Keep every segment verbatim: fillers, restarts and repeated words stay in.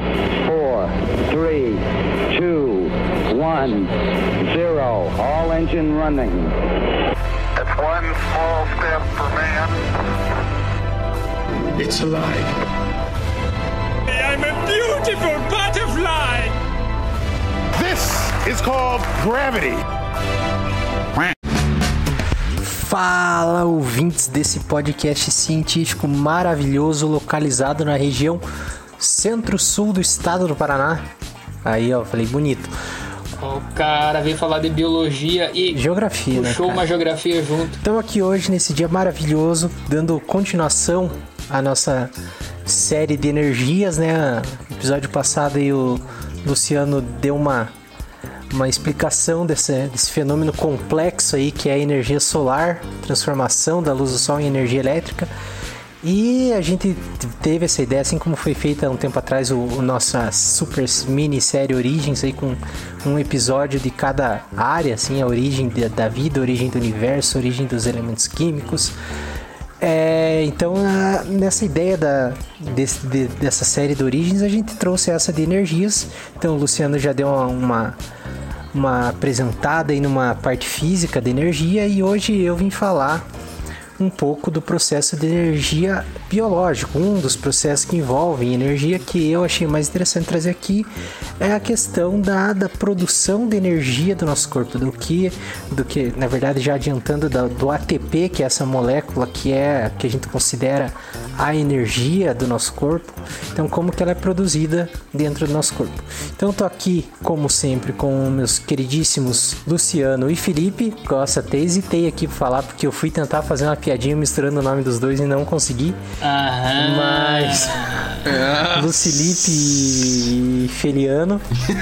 four, three, two, one, zero. All engine running. It's one small step for man. It's alive. I'm a beautiful butterfly. This is called gravity. Fala, ouvintes desse podcast científico maravilhoso localizado na região centro-sul do estado do Paraná. Aí, ó, falei bonito. O cara veio falar de biologia e geografia, né? Puxou uma geografia junto. Estamos aqui hoje nesse dia maravilhoso, dando continuação à nossa série de energias, né? No episódio passado aí o Luciano deu uma, uma explicação desse, desse fenômeno complexo aí que é a energia solar, transformação da luz do sol em energia elétrica. E a gente teve essa ideia, assim como foi feita há um tempo atrás o, o nossa super minissérie Origens, aí com um episódio de cada área, assim, a origem de, da vida, a origem do universo, a origem dos elementos químicos. É, então, a, nessa ideia da, desse, de, dessa série de Origens, a gente trouxe essa de energias. Então, o Luciano já deu uma, uma, uma apresentada aí numa parte física da energia, e hoje eu vim falar um pouco do processo de energia biológico. Um dos processos que envolvem energia que eu achei mais interessante trazer aqui é a questão da, da produção de energia do nosso corpo, do que, do que na verdade, já adiantando da, do A T P, que é essa molécula que, é, que a gente considera a energia do nosso corpo. Então, como que ela é produzida dentro do nosso corpo. Então, eu tô aqui, como sempre, com meus queridíssimos Luciano e Felipe. Nossa, até hesitei aqui pra falar, porque eu fui tentar fazer uma piadinha misturando o nome dos dois e não consegui. Aham. Mas Lucilipe e Feliano.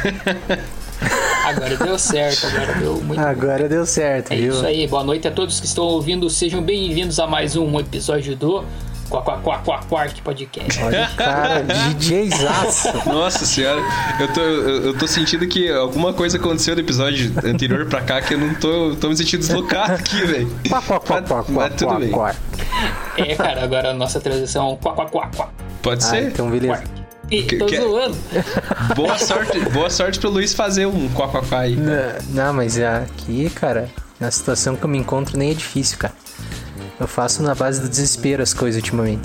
Agora deu certo, agora deu muito Agora bom. deu certo, É viu? isso aí, boa noite a todos que estão ouvindo. Sejam bem-vindos a mais um episódio do Quá Quá Quá Quá Quark Podcast. Olha, cara, DJzaço. Nossa senhora, eu tô, eu, eu tô sentindo que alguma coisa aconteceu no episódio anterior pra cá que eu não tô, tô me sentindo deslocado aqui, velho. Quá, quá, quá, quá, quá, Mas tudo quá, bem. quá. É, cara, agora a nossa transição Quá Quá Quá Quá Pode Ah, ser? então beleza. Quark. E Que- tô que- zoando. Boa sorte, boa sorte pro Luiz fazer um quá quá quá aí. Não, não, mas aqui, cara, na situação que eu me encontro nem é difícil, cara. Eu faço na base do desespero as coisas ultimamente.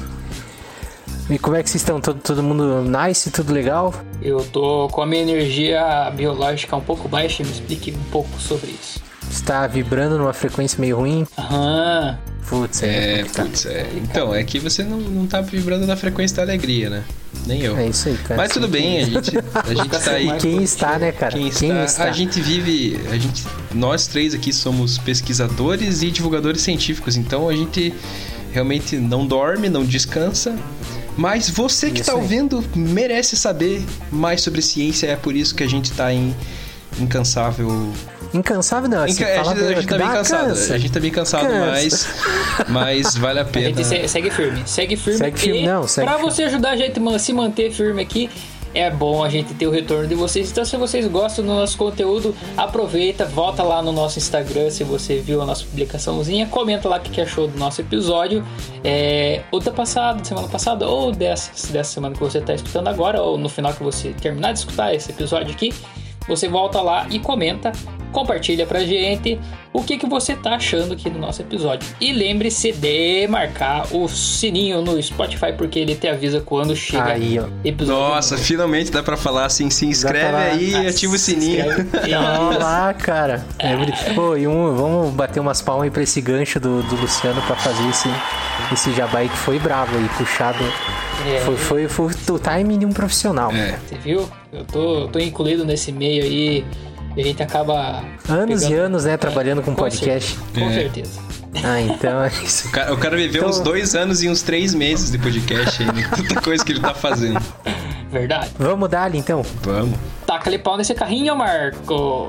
E como é que vocês estão? Todo, todo mundo nice? Tudo legal? Eu tô com a minha energia biológica um pouco baixa, me explique um pouco sobre isso. Está vibrando numa frequência meio ruim? Aham. Putz, é, É, complicado. putz, é. Então, é que você não, não tá vibrando na frequência da alegria, né? Nem eu. É isso aí, cara. Mas tudo bem, a gente, a gente tá aí. Quem está, né, cara? Quem está, a gente vive, a gente, nós três aqui somos pesquisadores e divulgadores científicos, então a gente realmente não dorme, não descansa. Mas você que Isso está aí. ouvindo merece saber mais sobre ciência, é por isso que a gente tá em incansável. Incansável não, assim, Inca- a, fala gente, a gente tá dá bem cansado, cansa. a gente tá bem cansado, Cansa. mas, mas vale a A pena. gente se- segue firme, segue firme. Segue firme, e não, segue pra firme. você ajudar a gente a se manter firme aqui, é bom a gente ter o retorno de vocês. Então, se vocês gostam do nosso conteúdo, aproveita, volta lá no nosso Instagram, se você viu a nossa publicaçãozinha, comenta lá o que achou do nosso episódio, é, ou da passada, semana passada, ou dessa, dessa semana que você está escutando agora, ou no final que você terminar de escutar esse episódio aqui, você volta lá e comenta, compartilha pra gente o que, que você tá achando aqui do nosso episódio. E lembre-se de marcar o sininho no Spotify, porque ele te avisa quando chega Aí, ó. episódio Nossa, novo. finalmente dá pra falar assim, se inscreve pra- aí e Ah, ativa o se sininho. inscreve. Olha lá, cara. É, bonito. Pô, e um, vamos bater umas palmas aí pra esse gancho do, do Luciano pra fazer esse, esse jabá aí que foi bravo aí, puxado. É. Foi, foi, foi o timing de um profissional. É. Você viu? Eu tô, eu tô incluído nesse meio aí e a gente acaba... Anos e pegando- anos, né, trabalhando com com podcast. certeza, Com É. certeza. Ah, então é isso. O cara, o cara viveu Então- uns dois anos e uns três meses de podcast aí, né? Tanta coisa que ele tá fazendo. Verdade. Vamos dar ali então. Vamos. Taca-lhe pau nesse carrinho, Marco.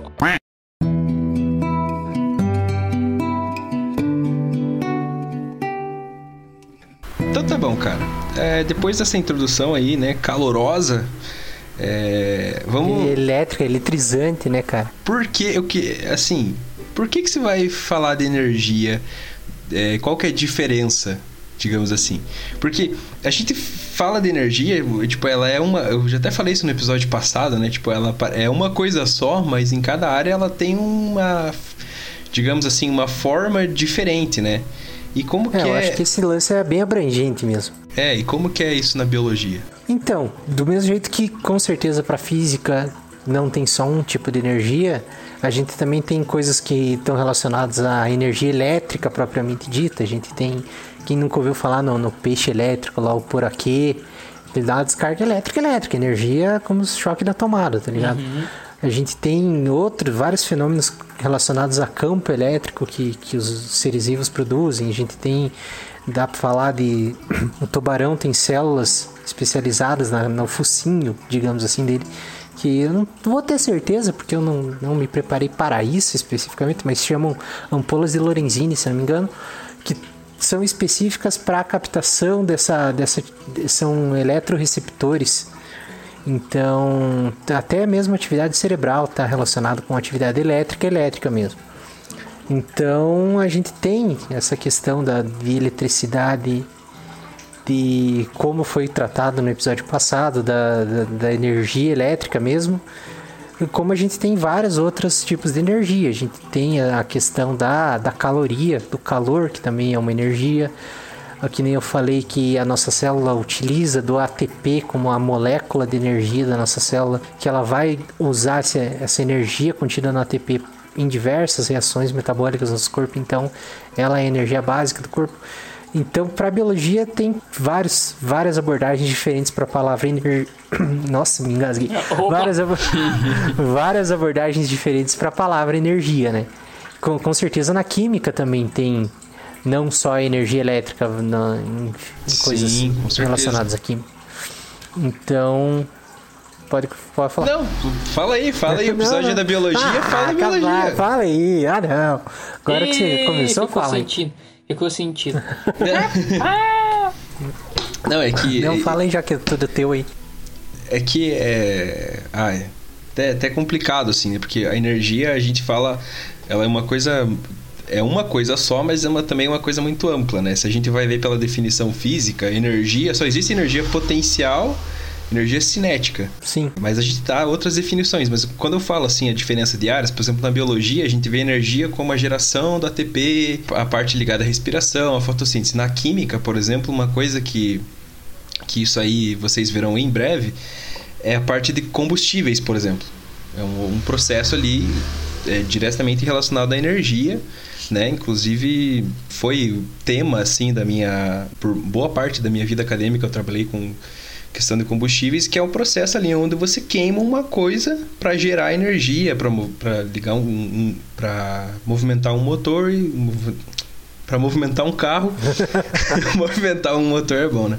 Então tá bom, cara. É, depois dessa introdução aí, né, calorosa, é, vamos... Elétrica, eletrizante, né, cara? Por que, o que, assim, por que que você vai falar de energia? É, qual que é a diferença digamos assim. Porque a gente fala de energia, tipo, ela é uma... Eu já até falei isso no episódio passado, né? Tipo, ela é uma coisa só, mas em cada área ela tem uma... digamos assim, uma forma diferente, né? E como é, que eu é... acho que esse lance é bem abrangente mesmo. É, e como que é isso na biologia? Então, do mesmo jeito que, com certeza, para física não tem só um tipo de energia, a gente também tem coisas que estão relacionadas à energia elétrica propriamente dita. A gente tem... Quem nunca ouviu falar no, no peixe elétrico, lá o poraquê, ele dá uma descarga elétrica elétrica, energia como o choque da tomada, tá ligado? Uhum. A gente tem outros, vários fenômenos relacionados a campo elétrico que, que os seres vivos produzem. A gente tem, dá para falar de... O tubarão tem células especializadas na, no focinho, digamos assim, dele, que eu não vou ter certeza, porque eu não, não me preparei para isso especificamente, mas se chamam ampolas de Lorenzini, se não me engano, que são específicas para a captação dessa, dessa... São eletroreceptores. Então, até mesmo a atividade cerebral está relacionada com atividade elétrica, elétrica mesmo. Então, a gente tem essa questão da, de eletricidade, de como foi tratado no episódio passado, da, da, da energia elétrica mesmo, e como a gente tem vários outros tipos de energia. A gente tem a questão da, da caloria, do calor, que também é uma energia. Que nem eu falei que a nossa célula utiliza do A T P como a molécula de energia da nossa célula, que ela vai usar essa, essa energia contida no A T P em diversas reações metabólicas no nosso corpo. Então, ela é a energia básica do corpo. Então, para a biologia, tem vários, várias abordagens diferentes para a palavra energia. Nossa, me engasguei. Várias, ab... várias abordagens diferentes para a palavra energia, né? Com, com certeza, na química também tem... Não só a energia elétrica na, em, em coisas Sim, relacionadas à química. Então, pode, pode falar. Não, fala aí, fala aí. O episódio da biologia, ah, fala da biologia. Fala aí. Ah, não. Agora e... que você começou, ficou fala sentido. Ficou sentido. Não, é que... Não, fala aí já que é tudo teu aí. É que é... Ah, é até, até complicado, assim, né? Porque a energia, a gente fala... Ela é uma coisa... É uma coisa só, mas é uma, também uma coisa muito ampla, né? Se a gente vai ver pela definição física, energia... Só existe energia potencial, energia cinética. Sim. Mas a gente dá outras definições. Mas quando eu falo, assim, a diferença de áreas... Por exemplo, na biologia, a gente vê energia como a geração do A T P... A parte ligada à respiração, à fotossíntese. Na química, por exemplo, uma coisa que... Que isso aí vocês verão em breve... É a parte de combustíveis, por exemplo. É um, um processo ali... É, diretamente relacionado à energia, né? Inclusive foi tema assim da minha, por boa parte da minha vida acadêmica eu trabalhei com questão de combustíveis, que é um processo ali onde você queima uma coisa para gerar energia, para ligar um, um para movimentar um motor e para movimentar um carro. Movimentar um motor é bom, né?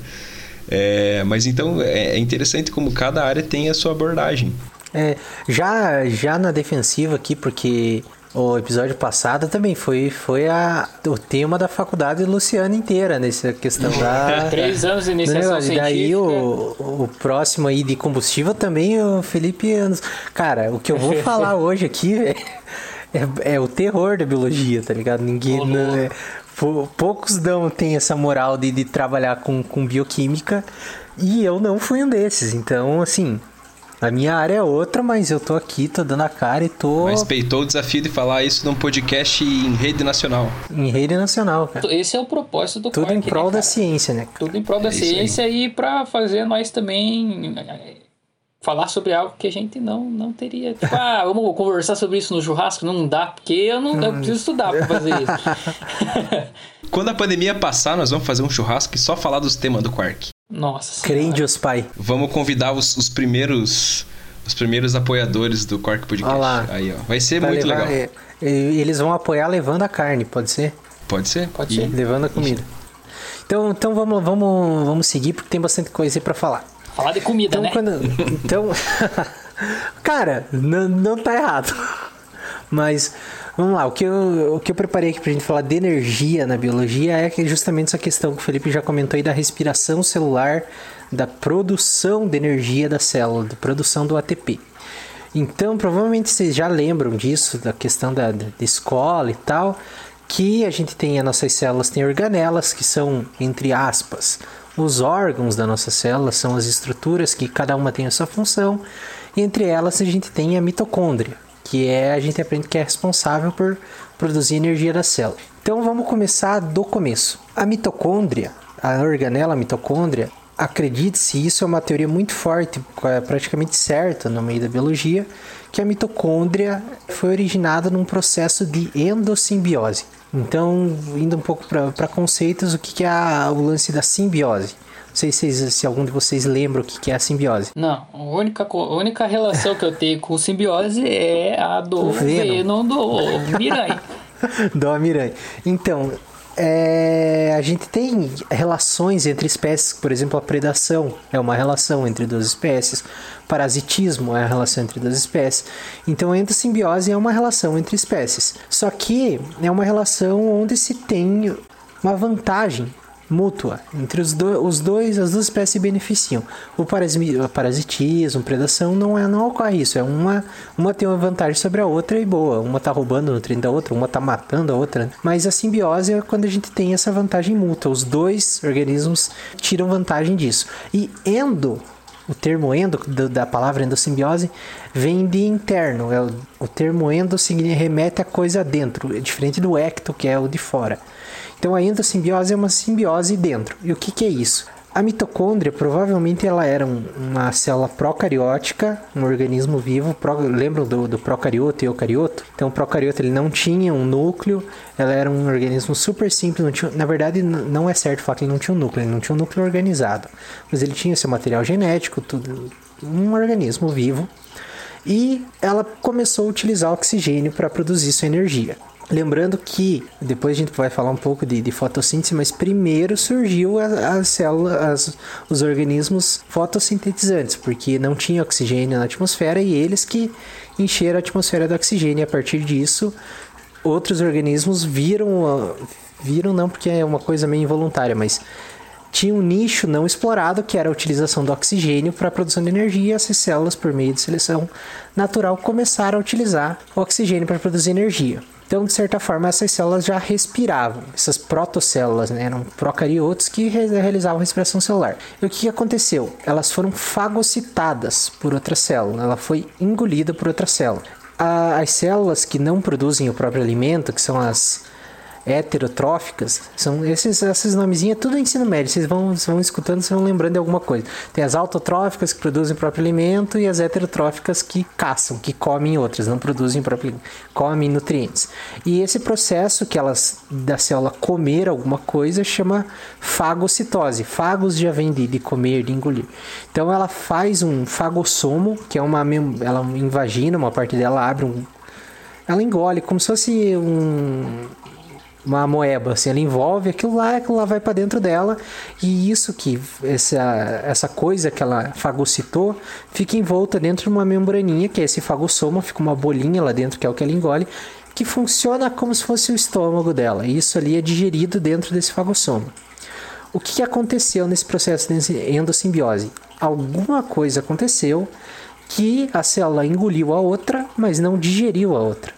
É, mas então é interessante como cada área tem a sua abordagem. É, já, já na defensiva aqui, porque o episódio passado também foi, foi a, o tema da faculdade Luciana inteira, nessa questão da... Três anos de iniciação não, científica. E daí o, o próximo aí de combustível também, o Felipe Anos. Cara, o que eu vou falar hoje aqui é, é, é o terror da biologia, tá ligado? Ninguém... Não, é, poucos não tem essa moral de, de trabalhar com, com bioquímica e eu não fui um desses, então assim... A minha área é outra, mas eu tô aqui, tô dando a cara e tô... Mas peitou o desafio de falar isso num podcast em rede nacional. Em rede nacional, cara. Esse é o propósito do Tudo Quark, em prol né, da ciência, né? Tudo em prol da é ciência e pra fazer nós também falar sobre algo que a gente não, não teria. Tipo, ah, vamos conversar sobre isso no churrasco? Não dá, porque eu não eu preciso estudar pra fazer isso. Quando a pandemia passar, nós vamos fazer um churrasco e só falar dos temas do Quark. Nossa. Crente-os, pai. Vamos convidar os, os primeiros os primeiros apoiadores do Quark Podcast. Olha lá. Aí, ó. Vai ser Vai muito levar, legal. É, eles vão apoiar levando a carne, pode ser? Pode ser? Pode E... ser. Levando a comida. Então, então vamos, vamos, vamos seguir, porque tem bastante coisa aí pra falar. Falar de comida, Então, né? quando, então cara, não, não tá errado. Mas, vamos lá, o que, eu, o que eu preparei aqui pra gente falar de energia na biologia é que justamente essa questão que o Felipe já comentou aí da respiração celular, da produção de energia da célula, da produção do A T P. Então, provavelmente vocês já lembram disso, da questão da, da escola e tal, que a gente tem, as nossas células têm organelas, que são, entre aspas, os órgãos da nossa célula, são as estruturas que cada uma tem a sua função, e entre elas a gente tem a mitocôndria, que é, a gente aprende que é responsável por produzir energia da célula. Então vamos começar do começo. A mitocôndria, a organela mitocôndria, acredite-se, isso é uma teoria muito forte, praticamente certa no meio da biologia, que a mitocôndria foi originada num processo de endossimbiose. Então, indo um pouco para conceitos, o que, que é a, o lance da simbiose? Não sei se, se algum de vocês lembra o que, que é a simbiose. Não, a única, a única relação que eu tenho com simbiose é a do Venom do Miranha. do Miranha. Então, é, a gente tem relações entre espécies, por exemplo, a predação é uma relação entre duas espécies, parasitismo é a relação entre duas espécies. Então, a endossimbiose é uma relação entre espécies. Só que é uma relação onde se tem uma vantagem mútua entre os, do, os dois, as duas espécies se beneficiam. O parasitismo, predação, não, é, não ocorre isso. É uma, uma tem uma vantagem sobre a outra e boa. Uma tá roubando o nutriente da outra, uma tá matando a outra. Mas a simbiose é quando a gente tem essa vantagem mútua. Os dois organismos tiram vantagem disso. E endo, o termo endo, da palavra endossimbiose, vem de interno. É o, o termo endo remete a coisa dentro, é diferente do ecto, que é o de fora. Então a endossimbiose é uma simbiose dentro. E o que, que é isso? A mitocôndria provavelmente ela era um, uma célula procariótica, um organismo vivo. Pro, lembram do, do procarioto e eucarioto? Então o procarioto ele não tinha um núcleo, ela era um organismo super simples. Não tinha, na verdade não é certo falar que ele não tinha um núcleo, ele não tinha um núcleo organizado. Mas ele tinha seu material genético, tudo, um organismo vivo. E ela começou a utilizar oxigênio para produzir sua energia. Lembrando que, depois a gente vai falar um pouco de, de fotossíntese, mas primeiro surgiu a, a célula, as, os organismos fotossintetizantes, porque não tinha oxigênio na atmosfera e eles que encheram a atmosfera de oxigênio. E a partir disso, outros organismos viram, viram não porque é uma coisa meio involuntária, mas tinha um nicho não explorado que era a utilização do oxigênio para a produção de energia. E essas células, por meio de seleção natural, começaram a utilizar o oxigênio para produzir energia. Então, de certa forma, essas células já respiravam. Essas protocélulas, né, eram procariotos que realizavam respiração celular. E o que aconteceu? Elas foram fagocitadas por outra célula. Ela foi engolida por outra célula. As células que não produzem o próprio alimento, que são as heterotróficas, são esses, esses nomezinhos, é tudo ensino médio, vocês vão, vocês vão escutando, vocês vão lembrando de alguma coisa. Tem as autotróficas que produzem o próprio alimento e as heterotróficas que caçam, que comem outras, não produzem o próprio, comem nutrientes. E esse processo que elas, da célula comer alguma coisa, chama fagocitose. Fagos já vem de, de comer, de engolir. Então ela faz um fagossomo, que é uma, ela invagina, uma parte dela abre um, ela engole, como se fosse um uma amoeba, assim, ela envolve aquilo lá, aquilo lá vai para dentro dela, e isso que, essa, essa coisa que ela fagocitou, fica envolta dentro de uma membraninha, que é esse fagossoma, fica uma bolinha lá dentro, que é o que ela engole, que funciona como se fosse o estômago dela, e isso ali é digerido dentro desse fagossoma. O que aconteceu nesse processo de endossimbiose? Alguma coisa aconteceu que a célula engoliu a outra, mas não digeriu a outra.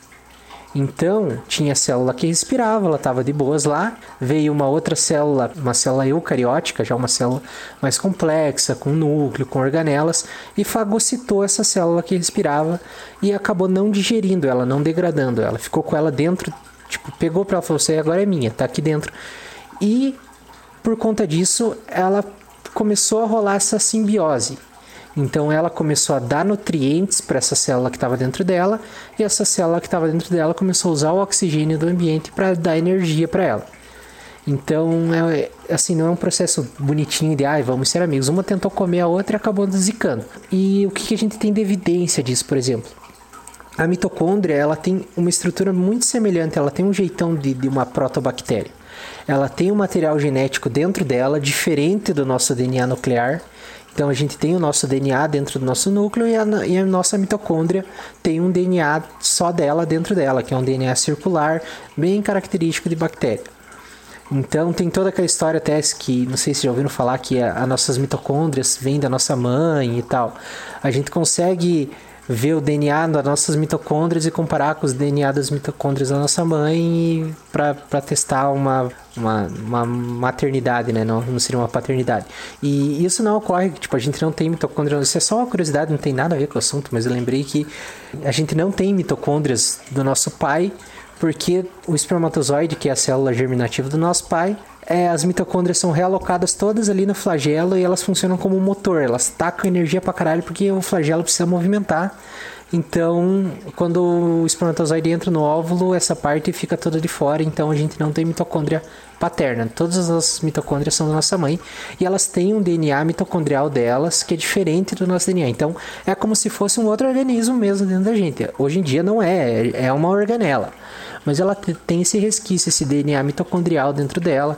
Então, tinha célula que respirava, ela estava de boas lá, veio uma outra célula, uma célula eucariótica, já uma célula mais complexa, com núcleo, com organelas, e fagocitou essa célula que respirava e acabou não digerindo ela, não degradando ela, ficou com ela dentro, tipo, pegou para ela e falou assim, agora é minha, tá aqui dentro. E, por conta disso, ela começou a rolar essa simbiose. Então ela começou a dar nutrientes para essa célula que estava dentro dela, e essa célula que estava dentro dela começou a usar o oxigênio do ambiente para dar energia para ela. Então, é, assim, não é um processo bonitinho de, ai, vamos ser amigos. Uma tentou comer a outra e acabou zicando. E o que, que a gente tem de evidência disso, por exemplo? A mitocôndria, ela tem uma estrutura muito semelhante, ela tem um jeitão de, de uma protobactéria. Ela tem um material genético dentro dela, diferente do nosso D N A nuclear. Então a gente tem o nosso D N A dentro do nosso núcleo e a, e a nossa mitocôndria tem um D N A só dela dentro dela, que é um D N A circular, bem característico de bactéria. Então tem toda aquela história até que, não sei se já ouviram falar, que as nossas mitocôndrias vêm da nossa mãe e tal. A gente consegue ver o D N A das nossas mitocôndrias e comparar com os D N A das mitocôndrias da nossa mãe para testar uma, uma, uma maternidade, né? Não, não seria uma paternidade. E isso não ocorre, tipo, a gente não tem mitocôndrias, isso é só uma curiosidade, não tem nada a ver com o assunto, mas eu lembrei que a gente não tem mitocôndrias do nosso pai, porque o espermatozoide, que é a célula germinativa do nosso pai, é, as mitocôndrias são realocadas todas ali no flagelo e elas funcionam como um motor, elas tacam energia pra caralho porque o flagelo precisa movimentar. Então, quando o espermatozoide entra no óvulo, essa parte fica toda de fora, então a gente não tem mitocôndria paterna. Todas as mitocôndrias são da nossa mãe e elas têm um D N A mitocondrial delas que é diferente do nosso D N A. Então, é como se fosse um outro organismo mesmo dentro da gente. Hoje em dia não é, é uma organela. Mas ela tem esse resquício, esse D N A mitocondrial dentro dela.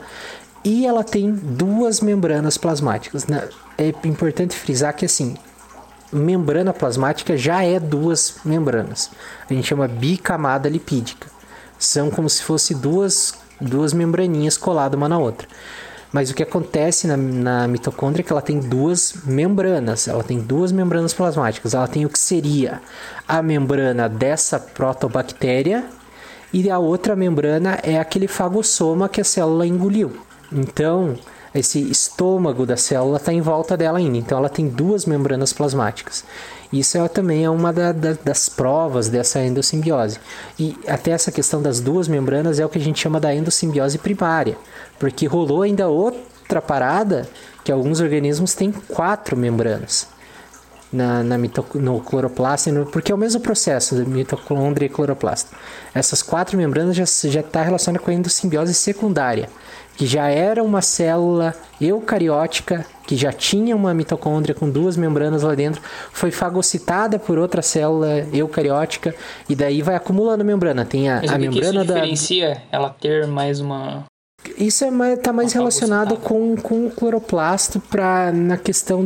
E ela tem duas membranas plasmáticas. É importante frisar que assim, membrana plasmática já é duas membranas. A gente chama bicamada lipídica. São como se fosse duas, duas membraninhas coladas uma na outra. Mas o que acontece na, na mitocôndria é que ela tem duas membranas. Ela tem duas membranas plasmáticas. Ela tem o que seria a membrana dessa protobactéria e a outra membrana é aquele fagossoma que a célula engoliu. Então, esse estômago da célula está em volta dela ainda. Então, ela tem duas membranas plasmáticas. Isso é, também é uma da, da, das provas dessa endossimbiose. E até essa questão das duas membranas é o que a gente chama da endossimbiose primária. Porque rolou ainda outra parada que alguns organismos têm quatro membranas. Na, na mito, no cloroplasto, no, porque é o mesmo processo da mitocôndria e cloroplasto. Essas quatro membranas já já está relacionada com a endossimbiose secundária, que já era uma célula eucariótica, que já tinha uma mitocôndria com duas membranas lá dentro, foi fagocitada por outra célula eucariótica, e daí vai acumulando membrana. Tem a, Mas a o que membrana isso da... diferencia ela ter mais uma... Isso é mais, tá mais relacionado com, com o cloroplasto pra, na questão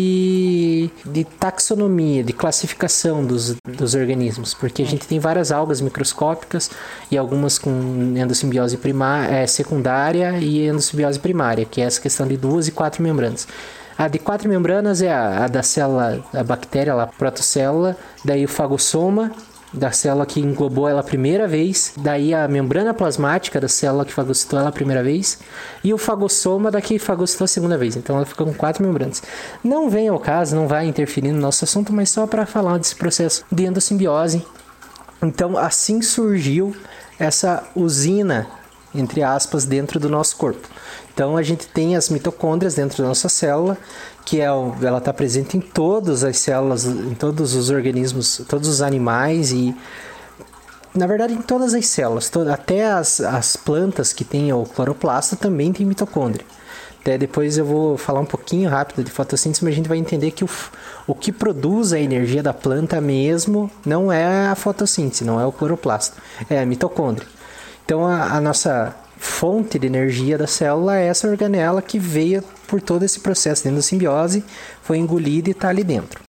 de, de taxonomia, de classificação dos, dos organismos. Porque a gente tem várias algas microscópicas e algumas com endossimbiose primária, é, secundária e endossimbiose primária, que é essa questão de duas e quatro membranas. A de quatro membranas é a, a da célula, a bactéria, a protocélula, daí o fagossoma, da célula que englobou ela a primeira vez, daí a membrana plasmática da célula que fagocitou ela a primeira vez, e o fagossoma da que fagocitou a segunda vez. Então ela fica com quatro membranas. Não vem ao caso, não vai interferir no nosso assunto, mas só para falar desse processo de endossimbiose. Então assim surgiu essa usina, entre aspas, dentro do nosso corpo. Então a gente tem as mitocôndrias dentro da nossa célula, que é, ela está presente em todas as células, em todos os organismos, todos os animais e, na verdade, em todas as células. To- até as, as plantas que têm o cloroplasto também tem mitocôndria. Até depois eu vou falar um pouquinho rápido de fotossíntese, mas a gente vai entender que o, o que produz a energia da planta mesmo não é a fotossíntese, não é o cloroplasto, é a mitocôndria. Então a, a nossa fonte de energia da célula é essa organela que veio por todo esse processo de endossimbiose, foi engolida e está ali dentro.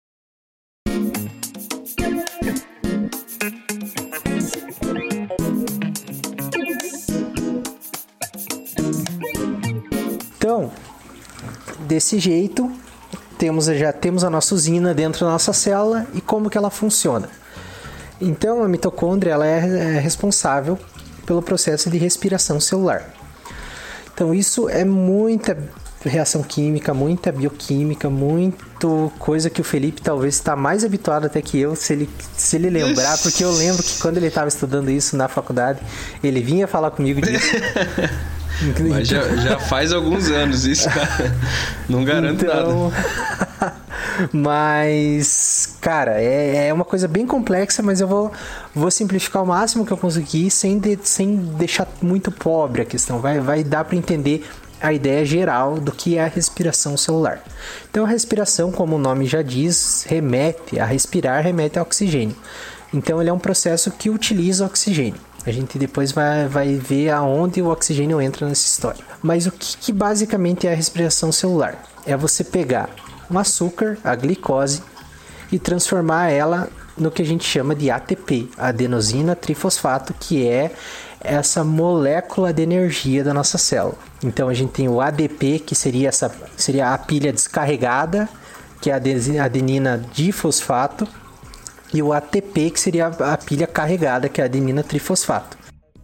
Então, desse jeito, temos, já temos a nossa usina dentro da nossa célula e como que ela funciona. Então, a mitocôndria ela é, é responsável pelo processo de respiração celular. Então isso é muita reação química, muita bioquímica, muito coisa que o Felipe talvez está mais habituado até que eu, se ele, se ele lembrar, porque eu lembro que quando ele estava estudando isso na faculdade, ele vinha falar comigo disso. Mas já, já faz alguns anos isso, cara. Não garanto então... nada. Mas, cara, é, é uma coisa bem complexa, mas eu vou, vou simplificar o máximo que eu conseguir sem, de, sem deixar muito pobre a questão. Vai, vai dar para entender a ideia geral do que é a respiração celular. Então, a respiração, como o nome já diz, remete, a respirar remete ao oxigênio. Então, ele é um processo que utiliza oxigênio. A gente depois vai, vai ver aonde o oxigênio entra nessa história. Mas o que, que basicamente é a respiração celular? É você pegar um açúcar, a glicose, e transformar ela no que a gente chama de A T P, adenosina trifosfato, que é essa molécula de energia da nossa célula. Então a gente tem o A D P, que seria, essa, seria a pilha descarregada, que é a adenina difosfato, e o A T P, que seria a, a pilha carregada, que é a adenina trifosfato.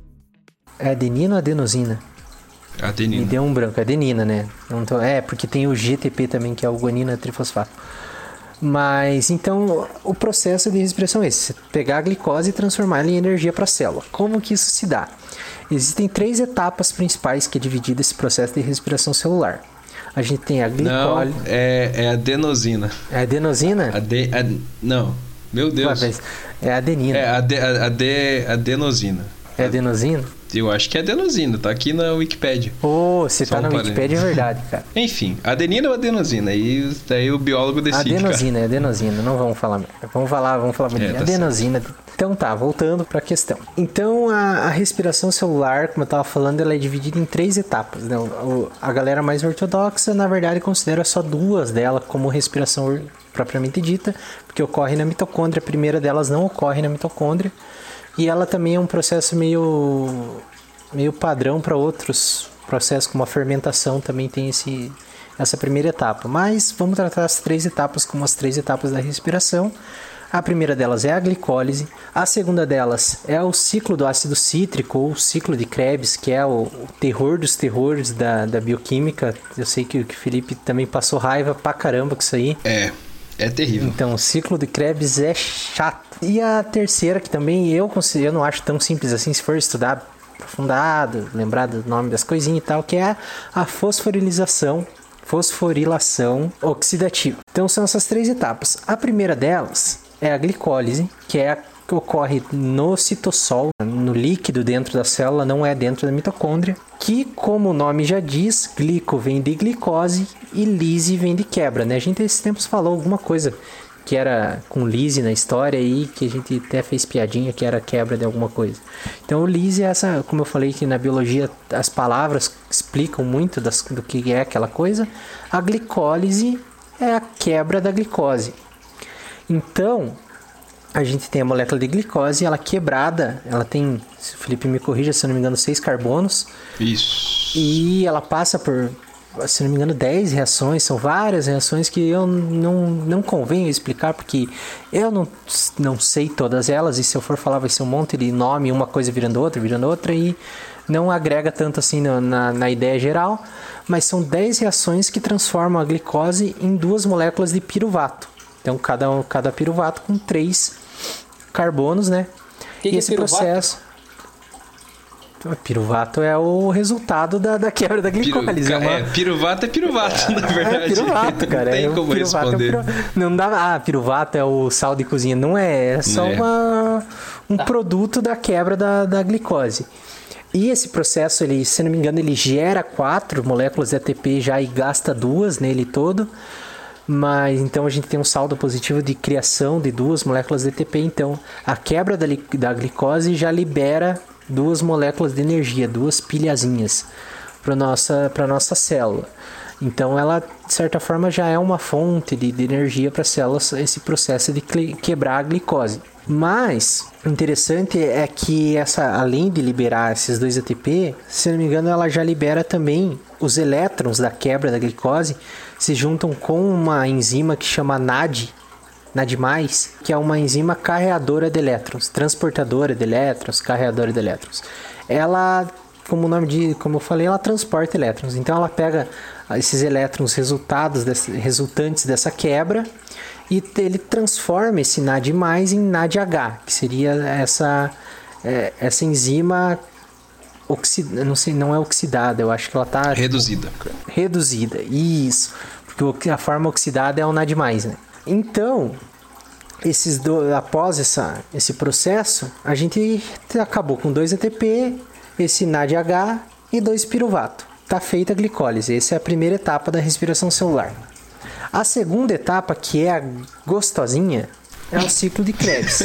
É adenina ou adenosina? Adenina. Me deu um branco, é adenina, né? Não tô... É, porque tem o G T P também, que é o guanina trifosfato. Mas, então, o processo de respiração é esse. Pegar a glicose e transformar ela em energia para a célula. Como que isso se dá? Existem três etapas principais que é dividido esse processo de respiração celular. A gente tem a glicose... Não, é, é adenosina. É adenosina? Ade... Ad... Não, meu Deus. Ué, é adenina. É ade... Ade... adenosina. É adenosina? Eu acho que é adenosina, tá aqui na Wikipédia. Ô, oh, você Só tá um na parênteses. Wikipédia, é verdade, cara. Enfim, adenina ou adenosina? Aí, aí o biólogo decide, Adenosina, cara. é adenosina, não vamos falar merda. Vamos falar, vamos falar É, tá adenosina. Certo. Então tá, voltando para a questão. Então a, a respiração celular, como eu tava falando, ela é dividida em três etapas, né? O, a galera mais ortodoxa, na verdade, considera só duas dela como respiração propriamente dita, porque ocorre na mitocôndria. A primeira delas não ocorre na mitocôndria. E ela também é um processo meio, meio padrão para outros processos, como a fermentação também tem esse, essa primeira etapa. Mas vamos tratar as três etapas como as três etapas da respiração. A primeira delas é a glicólise. A segunda delas é o ciclo do ácido cítrico, ou o ciclo de Krebs, que é o, o terror dos terrores da, da bioquímica. Eu sei que o Felipe também passou raiva pra caramba com isso aí. É. É terrível. Então, o ciclo de Krebs é chato. E a terceira, que também eu, considero, eu não acho tão simples assim, se for estudar aprofundado, lembrar do nome das coisinhas e tal, que é a fosforilização, fosforilação oxidativa. Então, são essas três etapas. A primeira delas é a glicólise, que é a que ocorre no citossol, no líquido dentro da célula, não é dentro da mitocôndria, que, como o nome já diz, glico vem de glicose e lise vem de quebra, né? A gente esses tempos falou alguma coisa que era com lise na história aí, que a gente até fez piadinha que era quebra de alguma coisa. Então o lise é essa, como eu falei que na biologia as palavras explicam muito das, do que é aquela coisa. A glicólise é a quebra da glicose. Então a gente tem a molécula de glicose, ela quebrada, ela tem, se o Felipe me corrija, se eu não me engano, seis carbonos. Isso. E ela passa por, se não me engano, dez reações, são várias reações que eu não, não convenho explicar, porque eu não, não sei todas elas, e se eu for falar vai ser um monte de nome, uma coisa virando outra, virando outra, e não agrega tanto assim na, na, na ideia geral, mas são dez reações que transformam a glicose em duas moléculas de piruvato. Então, cada, cada piruvato com três carbonos, né? Que e que esse é piruvato? processo... Piruvato é o resultado da, da quebra da glicólise. Piru... É, uma... é, piruvato é piruvato, na verdade. É piruvato, cara. Não tem é, como responder. É piru... Não dá... Ah, piruvato é o sal de cozinha. Não é, é só é. Uma... um Tá. produto da quebra da, da glicose. E esse processo, ele, se não me engano, ele gera quatro moléculas de A T P já e gasta duas nele todo. Mas então a gente tem um saldo positivo de criação de duas moléculas de A T P. Então a quebra da, da glicose já libera duas moléculas de energia, duas pilhazinhas para nossa para nossa célula. Então ela de certa forma já é uma fonte de, de energia para as células, esse processo de quebrar a glicose. Mas o interessante é que essa, além de liberar esses dois A T P, se não me engano, ela já libera também os elétrons da quebra da glicose, se juntam com uma enzima que chama N A D, N A D mais, que é uma enzima carreadora de elétrons, transportadora de elétrons, carreadora de elétrons. Ela, como o nome de, como eu falei, ela transporta elétrons. Então ela pega esses elétrons resultados desse, resultantes dessa quebra e ele transforma esse N A D mais em N A D H, que seria essa, é, essa enzima oxida, não sei, não é oxidada, eu acho que ela está reduzida. Reduzida, isso, porque a forma oxidada é o N A D mais, né? Então, esses do, após essa, esse processo, a gente acabou com dois A T P, esse N A D H e dois piruvato. Está feita a glicólise. Essa é a primeira etapa da respiração celular. A segunda etapa, que é a gostosinha, é o ciclo de Krebs.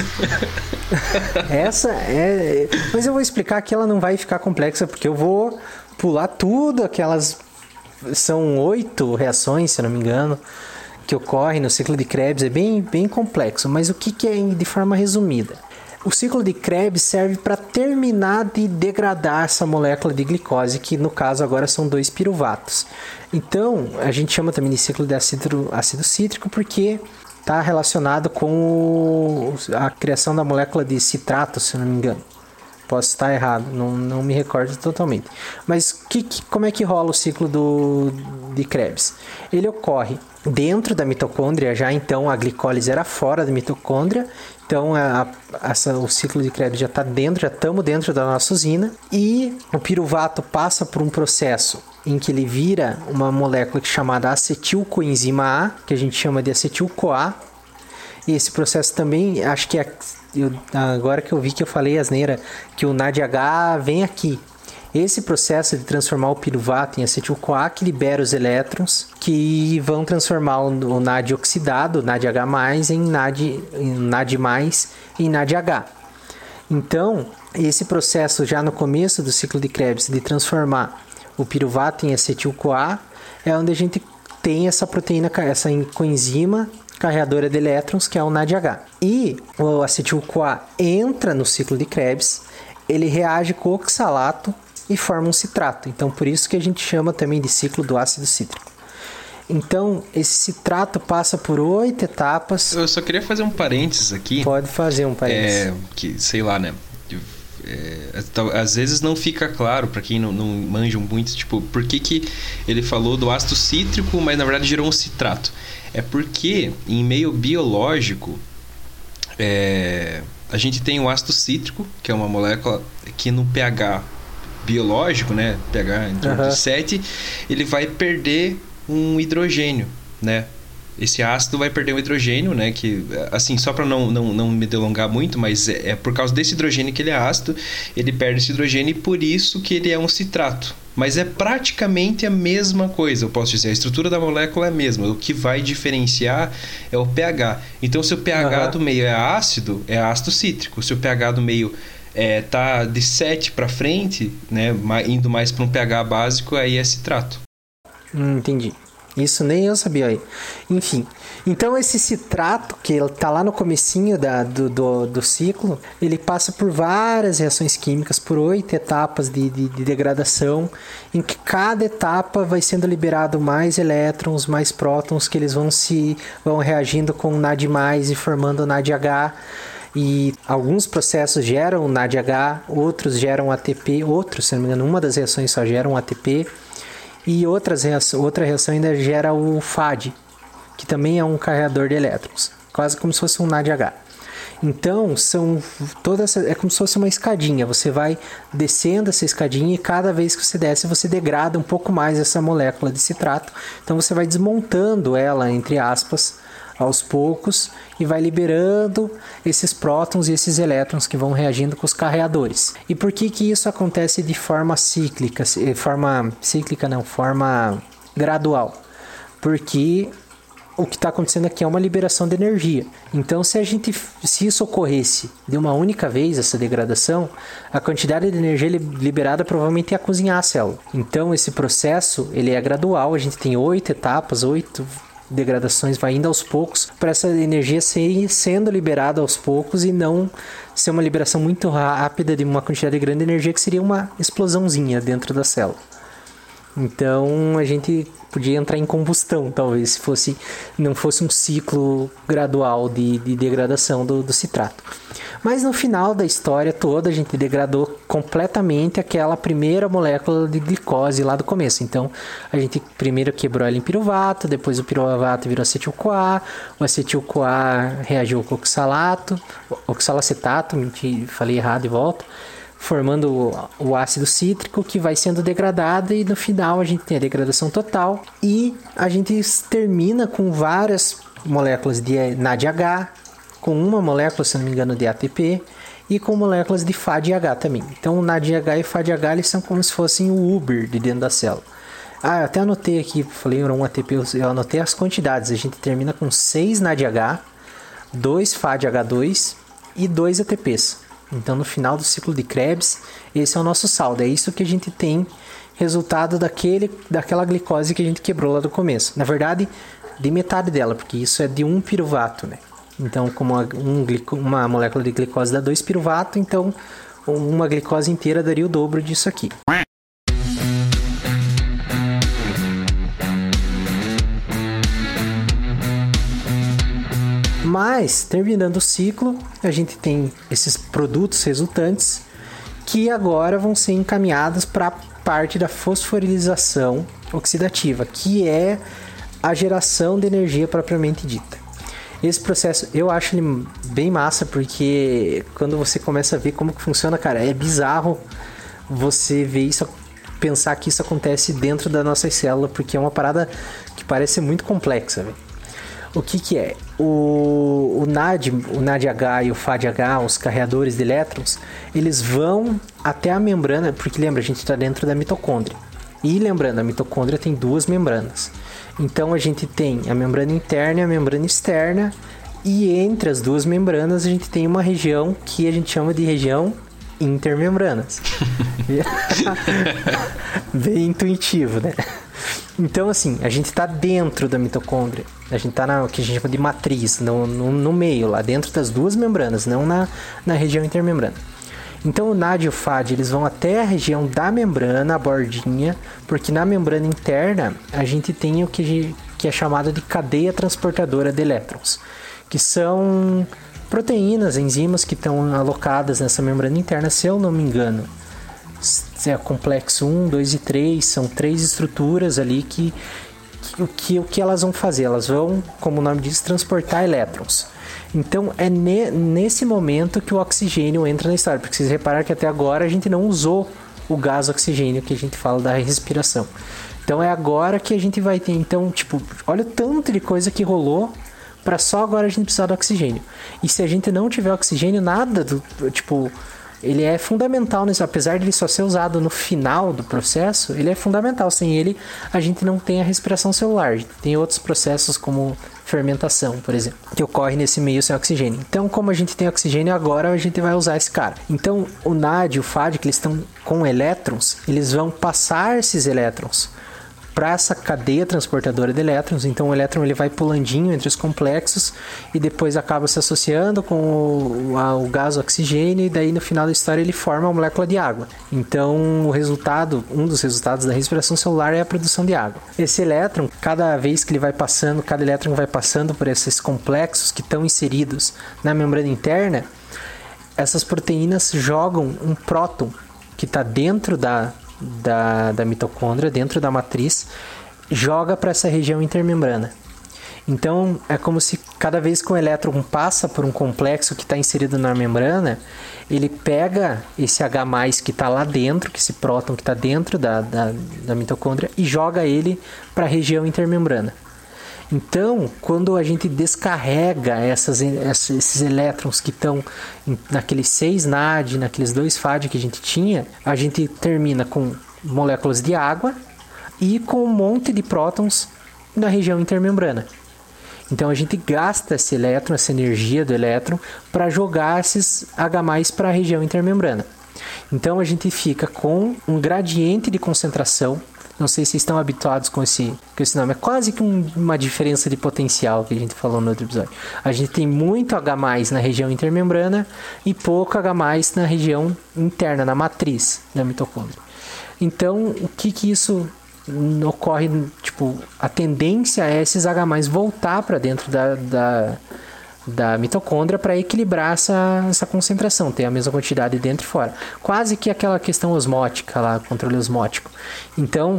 Essa é... Mas eu vou explicar que ela não vai ficar complexa, porque eu vou pular tudo, aquelas... São oito reações, se eu não me engano, que ocorrem no ciclo de Krebs. É bem, bem complexo, mas o que, que é de forma resumida? O ciclo de Krebs serve para terminar de degradar essa molécula de glicose, que no caso agora são dois piruvatos. Então, a gente chama também de ciclo de ácido, ácido cítrico, porque está relacionado com o, a criação da molécula de citrato, se não me engano. Posso estar errado, não, não me recordo totalmente. Mas que, que, como é que rola o ciclo do, de Krebs? Ele ocorre dentro da mitocôndria, já então a glicólise era fora da mitocôndria, então a, a, essa, o ciclo de Krebs já está dentro, já estamos dentro da nossa usina, e o piruvato passa por um processo em que ele vira uma molécula chamada acetilcoenzima A, que a gente chama de acetil-CoA, e esse processo também, acho que é, eu, agora que eu vi que eu falei asneira, que o N A D H vem aqui. Esse processo de transformar o piruvato em acetil-CoA que libera os elétrons que vão transformar o N A D oxidado, o N A D H mais, em N A D, em N A D mais em N A D H. Então, esse processo já no começo do ciclo de Krebs de transformar o piruvato em acetil-CoA é onde a gente tem essa proteína, essa coenzima carreadora de elétrons, que é o N A D H. E o acetil-CoA entra no ciclo de Krebs, ele reage com o oxalato e forma um citrato. Então, por isso que a gente chama também de ciclo do ácido cítrico. Então, esse citrato passa por oito etapas. Eu só queria fazer um parênteses aqui. Pode fazer um parênteses. É, que, sei lá, né? É, às vezes não fica claro para quem não, não manja muito, tipo, por que, que ele falou do ácido cítrico, mas na verdade gerou um citrato. É porque em meio biológico é, a gente tem o ácido cítrico, que é uma molécula que no pH biológico, né, pH em torno uhum. de sete, ele vai perder um hidrogênio, né? Esse ácido vai perder o hidrogênio, né? Que, assim, só para não, não, não me delongar muito, mas é, é por causa desse hidrogênio que ele é ácido, ele perde esse hidrogênio e por isso que ele é um citrato. Mas é praticamente a mesma coisa, eu posso dizer. A estrutura da molécula é a mesma. O que vai diferenciar é o pH. Então, se o pH uhum. do meio é ácido, é ácido cítrico. Se o pH do meio é, tá de sete para frente, né? Indo mais para um pH básico, aí é citrato. Hum, entendi. Isso nem eu sabia aí. Enfim, então esse citrato, que está lá no comecinho da, do, do, do ciclo, ele passa por várias reações químicas, por oito etapas de, de, de degradação, em que cada etapa vai sendo liberado mais elétrons, mais prótons, que eles vão se vão reagindo com o N A D mais e formando o N A D H. E alguns processos geram o N A D H, outros geram A T P, outros, se não me engano, uma das reações só gera um A T P. E outras reação, outra reação ainda gera o F A D, que também é um carregador de elétrons, quase como se fosse um N A D H. Então, são todas, é como se fosse uma escadinha. Você vai descendo essa escadinha e cada vez que você desce, você degrada um pouco mais essa molécula de citrato. Então, você vai desmontando ela, entre aspas, aos poucos e vai liberando esses prótons e esses elétrons que vão reagindo com os carreadores. E por que que isso acontece de forma cíclica, forma cíclica não, forma gradual? Porque o que está acontecendo aqui é uma liberação de energia. Então, se a gente, se isso ocorresse de uma única vez, essa degradação, a quantidade de energia liberada provavelmente ia cozinhar a célula. Então, esse processo ele é gradual. A gente tem oito etapas, oito degradações, vai indo aos poucos para essa energia ser, sendo liberada aos poucos e não ser uma liberação muito rápida de uma quantidade grande de energia que seria uma explosãozinha dentro da célula. Então a gente podia entrar em combustão, talvez, se fosse, não fosse um ciclo gradual de, de degradação do, do citrato. Mas no final da história toda, a gente degradou completamente aquela primeira molécula de glicose lá do começo. Então, a gente primeiro quebrou ela em piruvato, depois o piruvato virou acetil-CoA, o acetil-CoA reagiu com oxalato, oxalacetato, falei errado e volto, formando o, o ácido cítrico que vai sendo degradado e no final a gente tem a degradação total e a gente termina com várias moléculas de N A D H, com uma molécula, se não me engano, de A T P e com moléculas de F A D H também. Então o N A D H e F A D H eles são como se fossem o Uber de dentro da célula. Ah, eu até anotei aqui, falei um A T P, eu anotei as quantidades. A gente termina com seis N A D H, dois F A D H dois e dois A T Ps. Então no final do ciclo de Krebs, esse é o nosso saldo. É isso que a gente tem resultado daquele, daquela glicose que a gente quebrou lá do começo. Na verdade, de metade dela, porque isso é de um piruvato, né? Então, como uma, um, uma molécula de glicose dá dois piruvato, então uma glicose inteira daria o dobro disso aqui. Mas, terminando o ciclo, a gente tem esses produtos resultantes que agora vão ser encaminhados para a parte da fosforilização oxidativa, que é a geração de energia propriamente dita. Esse processo eu acho ele bem massa, porque quando você começa a ver como que funciona, cara, é bizarro você ver isso, pensar que isso acontece dentro da nossa célula, porque é uma parada que parece ser muito complexa, véio. O que que é? O, o N A D, o N A D H e o F A D H, os carreadores de elétrons, eles vão até a membrana, porque lembra, a gente está dentro da mitocôndria. E lembrando, a mitocôndria tem duas membranas. Então a gente tem a membrana interna e a membrana externa, e entre as duas membranas a gente tem uma região que a gente chama de região intermembranas. Bem intuitivo, né? Então, assim, a gente está dentro da mitocôndria. A gente está na que a gente chama de matriz, no, no, no meio, lá dentro das duas membranas, não na, na região intermembrana. Então, o N A D e o F A D, eles vão até a região da membrana, a bordinha, porque na membrana interna a gente tem o que, que é chamado de cadeia transportadora de elétrons, que são proteínas, enzimas que estão alocadas nessa membrana interna, se eu não me engano. É complexo um, dois e três, são três estruturas ali que, que, o que o que elas vão fazer? Elas vão, como o nome diz, transportar elétrons. Então é ne, nesse momento que o oxigênio entra na história, porque vocês repararam que até agora a gente não usou o gás oxigênio que a gente fala da respiração. Então é agora que a gente vai ter, então, tipo, olha o tanto de coisa que rolou para só agora a gente precisar do oxigênio. E se a gente não tiver oxigênio, nada do, tipo, ele é fundamental nisso, apesar de ele só ser usado no final do processo, ele é fundamental. Sem ele, a gente não tem a respiração celular. Tem outros processos como fermentação, por exemplo, que ocorre nesse meio sem oxigênio. Então, como a gente tem oxigênio, agora a gente vai usar esse cara. Então, o N A D e o F A D, que eles estão com elétrons, eles vão passar esses elétrons para essa cadeia transportadora de elétrons. Então o elétron ele vai pulandinho entre os complexos e depois acaba se associando com o, a, o gás oxigênio, e daí no final da história ele forma uma molécula de água. Então o resultado, um dos resultados da respiração celular é a produção de água. Esse elétron, cada vez que ele vai passando, cada elétron vai passando por esses complexos que estão inseridos na membrana interna, essas proteínas jogam um próton que está dentro da Da, da mitocôndria, dentro da matriz, joga para essa região intermembrana. Então é como se cada vez que o elétron passa por um complexo que está inserido na membrana, ele pega esse H+, que está lá dentro, que esse próton que está dentro da, da, da mitocôndria, e joga ele para a região intermembrana. Então, quando a gente descarrega essas, esses elétrons que estão naqueles seis N A D, naqueles dois F A D que a gente tinha, a gente termina com moléculas de água e com um monte de prótons na região intermembrana. Então, a gente gasta esse elétron, essa energia do elétron, para jogar esses H+ para a região intermembrana. Então, a gente fica com um gradiente de concentração. Não sei se vocês estão habituados com esse, com esse nome. É quase que um, uma diferença de potencial que a gente falou no outro episódio. A gente tem muito H+ na região intermembrana e pouco H+ na região interna, na matriz da mitocôndria. Então, o que que isso ocorre? Tipo, a tendência é esses H+ voltar para dentro da, da, da mitocôndria para equilibrar essa, essa concentração, ter a mesma quantidade dentro e fora. Quase que aquela questão osmótica lá, controle osmótico. Então,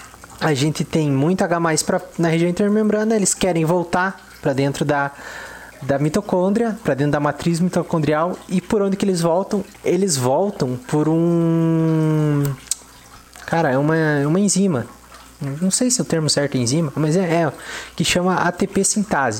a gente tem muito H+ pra, na região intermembrana, eles querem voltar para dentro da, da mitocôndria, para dentro da matriz mitocondrial, e por onde que eles voltam? Eles voltam por um... Cara, é uma, é uma enzima. Não sei se é o termo certo é enzima, mas é, é que chama A T P sintase.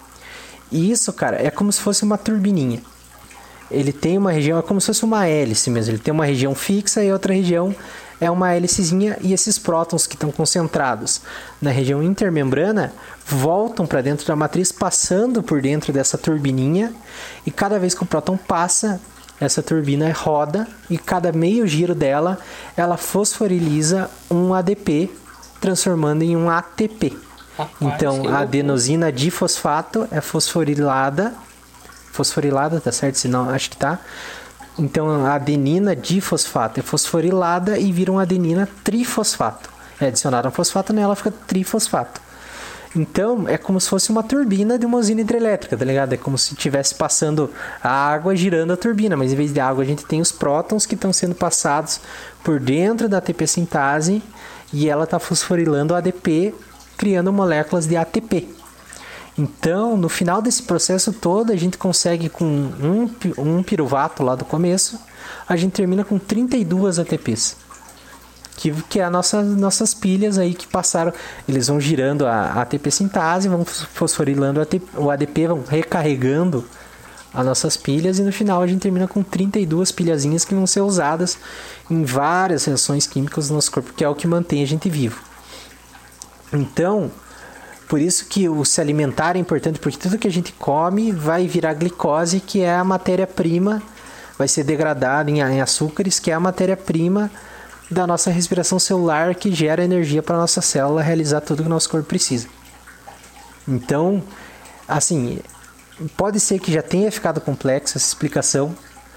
E isso, cara, é como se fosse uma turbininha. Ele tem uma região, é como se fosse uma hélice mesmo. Ele tem uma região fixa e outra região é uma hélicezinha. E esses prótons que estão concentrados na região intermembrana voltam para dentro da matriz, passando por dentro dessa turbininha. E cada vez que o próton passa, essa turbina roda. E cada meio giro dela, ela fosforiliza um A D P, transformando em um A T P. Rapaz, então, a adenosina difosfato é fosforilada. Fosforilada, tá certo? Se não, acho que tá. Então, a adenina difosfato é fosforilada e vira uma adenina trifosfato. É adicionado um fosfato nela, fica trifosfato. Então, é como se fosse uma turbina de uma usina hidrelétrica, tá ligado? É como se estivesse passando a água girando a turbina, mas em vez de água a gente tem os prótons que estão sendo passados por dentro da A T P sintase e ela está fosforilando o A D P, criando moléculas de A T P. Então, no final desse processo todo, a gente consegue com um, um piruvato lá do começo, a gente termina com trinta e duas A T Ps. Que, que é as nossa, nossas pilhas aí que passaram, eles vão girando a, a A T P sintase, vão fosforilando a A T P, o A D P, vão recarregando as nossas pilhas e no final a gente termina com trinta e duas pilhazinhas que vão ser usadas em várias reações químicas do nosso corpo, que é o que mantém a gente vivo. Então, por isso que o se alimentar é importante, porque tudo que a gente come vai virar glicose, que é a matéria-prima, vai ser degradada em, em açúcares, que é a matéria-prima da nossa respiração celular, que gera energia para a nossa célula realizar tudo que o nosso corpo precisa. Então, assim, pode ser que já tenha ficado complexo essa explicação,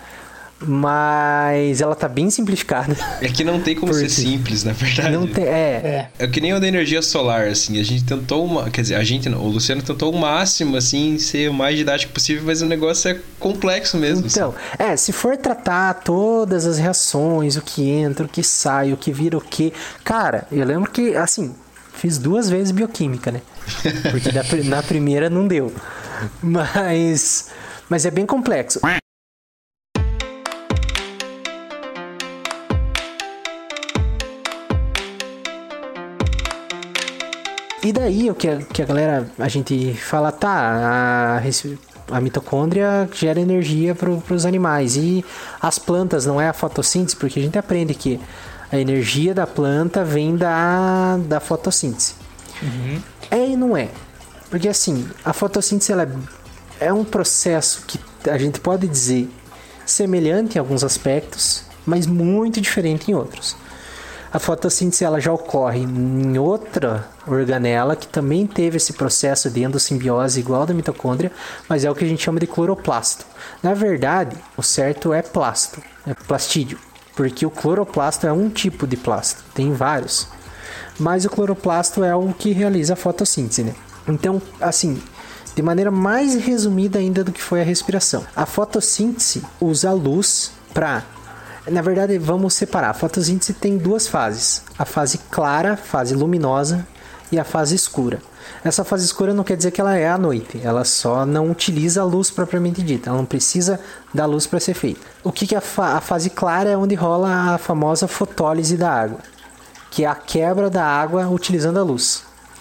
mas ela tá bem simplificada. É que não tem como ser simples, na verdade. Não tem, é. É que nem o da energia solar, assim, a gente tentou uma, quer dizer, a gente não, o Luciano tentou o máximo, assim, ser o mais didático possível, mas o negócio é complexo mesmo. Então, assim. é, se for tratar todas as reações, o que entra, o que sai, o que vira o que, cara, eu lembro que, assim, fiz duas vezes bioquímica, né? Porque da, na primeira não deu. Mas, mas é bem complexo. E daí o que a, que a galera, a gente fala, tá, a, a mitocôndria gera energia para os animais e as plantas não é a fotossíntese, porque a gente aprende que a energia da planta vem da, da fotossíntese. Uhum. É e não é, porque assim, a fotossíntese ela é, é um processo que a gente pode dizer semelhante em alguns aspectos, mas muito diferente em outros. A fotossíntese ela já ocorre em outra organela que também teve esse processo de endossimbiose igual ao da mitocôndria, mas é o que a gente chama de cloroplasto. Na verdade, o certo é plasto, é plastídeo, porque o cloroplasto é um tipo de plasto, tem vários. Mas o cloroplasto é o que realiza a fotossíntese, né? Então, assim, de maneira mais resumida ainda do que foi a respiração. A fotossíntese usa a luz para... Na verdade, vamos separar. A fotossíntese tem duas fases. A fase clara, fase luminosa, e a fase escura. Essa fase escura não quer dizer que ela é à noite. Ela só não utiliza a luz propriamente dita. Ela não precisa da luz para ser feita. O que, que é a, fa- a fase clara é onde rola a famosa fotólise da água, que é a quebra da água utilizando a luz.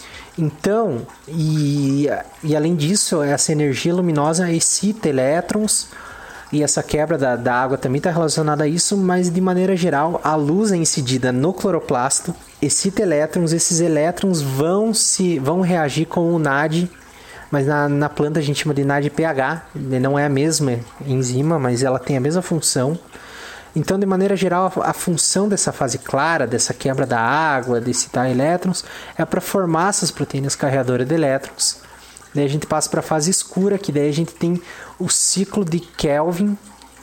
Então, e, e além disso, essa energia luminosa excita elétrons. E essa quebra da, da água também está relacionada a isso, mas de maneira geral, a luz é incidida no cloroplasto, excita elétrons, esses elétrons vão, se, vão reagir com o N A D, mas na, na planta a gente chama de N A D P H, não é a mesma enzima, mas ela tem a mesma função. Então, de maneira geral, a, a função dessa fase clara, dessa quebra da água, de excitar elétrons, é para formar essas proteínas carregadoras de elétrons. Daí a gente passa para a fase escura, que daí a gente tem o ciclo de Kelvin,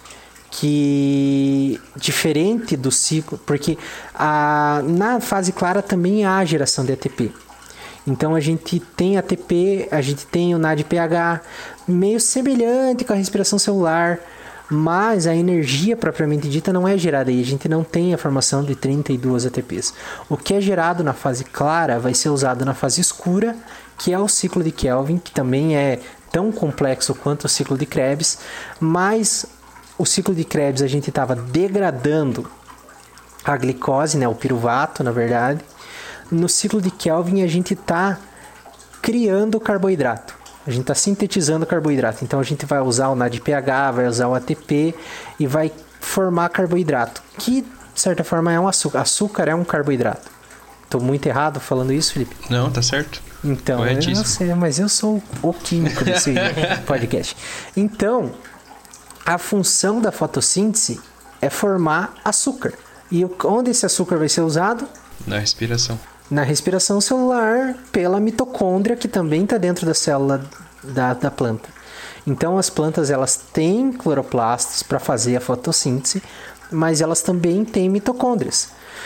que diferente do ciclo, porque a, na fase clara também há geração de A T P. Então a gente tem A T P, a gente tem o N A D P H, meio semelhante com a respiração celular, mas a energia propriamente dita não é gerada aí, a gente não tem a formação de trinta e duas A T Ps. O que é gerado na fase clara vai ser usado na fase escura, que é o ciclo de Kelvin, que também é tão complexo quanto o ciclo de Krebs, mas o ciclo de Krebs a gente estava degradando a glicose, né, o piruvato, na verdade. No ciclo de Kelvin a gente está criando carboidrato. A gente está sintetizando carboidrato. Então a gente vai usar o N A D P H, vai usar o A T P e vai formar carboidrato, que de certa forma é um açúcar. Açúcar é um carboidrato. Estou muito errado falando isso, Felipe? Não, tá certo. Então, eu não sei, mas eu sou o químico desse podcast. Então, a função da fotossíntese é formar açúcar. E onde esse açúcar vai ser usado? Na respiração. Na respiração celular, pela mitocôndria, que também está dentro da célula da, da planta. Então, as plantas elas têm cloroplastos para fazer a fotossíntese, mas elas também têm mitocôndrias.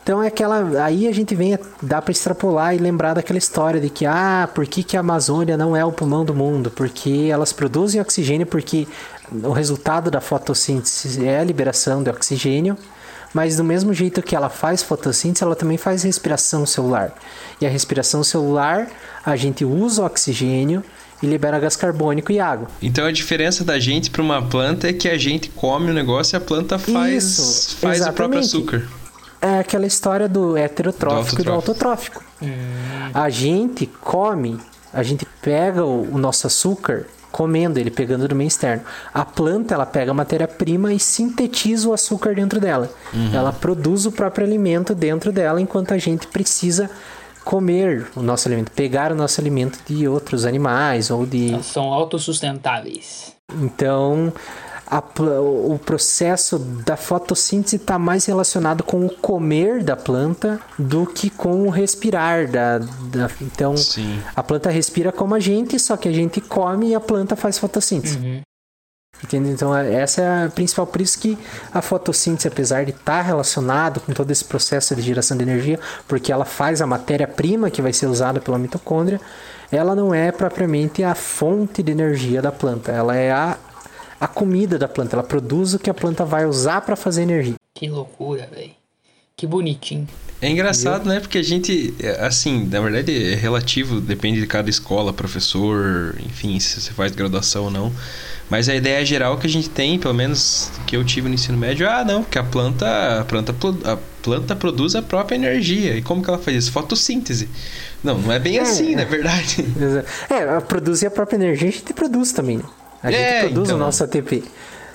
Então é aquela. Aí a gente vem, dá para extrapolar e lembrar daquela história de que, ah, por que, que a Amazônia não é o pulmão do mundo? Porque elas produzem oxigênio, porque o resultado da fotossíntese é a liberação de oxigênio, mas do mesmo jeito que ela faz fotossíntese, ela também faz respiração celular. E a respiração celular, a gente usa o oxigênio e libera gás carbônico e água. Então a diferença da gente para uma planta é que a gente come o negócio e a planta faz, Isso, faz o próprio açúcar. É aquela história do heterotrófico do autotrófico. e do autotrófico. Hum. A gente come, a gente pega o, o nosso açúcar comendo ele, pegando do meio externo. A planta, ela pega a matéria-prima e sintetiza o açúcar dentro dela. Uhum. Ela produz o próprio alimento dentro dela, enquanto a gente precisa comer o nosso alimento, pegar o nosso alimento de outros animais ou de... Elas são autossustentáveis. Então, a, o processo da fotossíntese está mais relacionado com o comer da planta do que com o respirar da, da então Sim. A planta respira como a gente, só que a gente come e a planta faz fotossíntese. Uhum. Entende? Então essa é a principal, por isso que a fotossíntese, apesar de estar relacionado com todo esse processo de geração de energia, porque ela faz a matéria-prima que vai ser usada pela mitocôndria, ela não é propriamente a fonte de energia da planta, ela é a a comida da planta, ela produz o que a planta vai usar para fazer energia. Que loucura, velho. Que bonitinho. É engraçado, Entendeu? né? Porque a gente, assim, na verdade é relativo, depende de cada escola, professor, enfim, se você faz graduação ou não. Mas a ideia geral que a gente tem, pelo menos que eu tive no ensino médio, ah, não, porque a planta, a planta, a planta produz a própria energia. E como que ela faz isso? Fotossíntese. Não, não é bem é, assim, é. na verdade. É, produzir a própria energia a gente produz também, né? A gente é, produz então, o nosso A T P.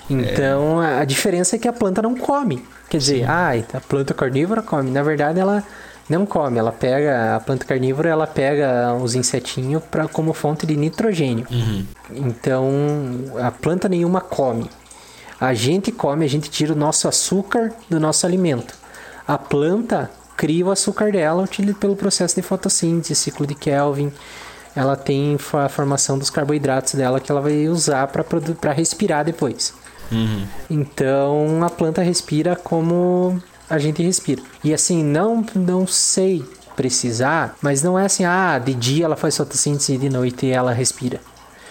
Então, é. a diferença é que a planta não come. Quer dizer, ah, a planta carnívora come. Na verdade, ela não come. Ela pega, a planta carnívora, ela pega os insetinhos pra, como fonte de nitrogênio. Uhum. Então, a planta nenhuma come. A gente come, a gente tira o nosso açúcar do nosso alimento. A planta cria o açúcar dela pelo processo de fotossíntese, ciclo de Kelvin. Ela tem a formação dos carboidratos dela que ela vai usar para respirar depois. Uhum. Então, a planta respira como a gente respira. E assim, não, não sei precisar, mas não é assim, ah, de dia ela faz fotossíntese e de noite ela respira.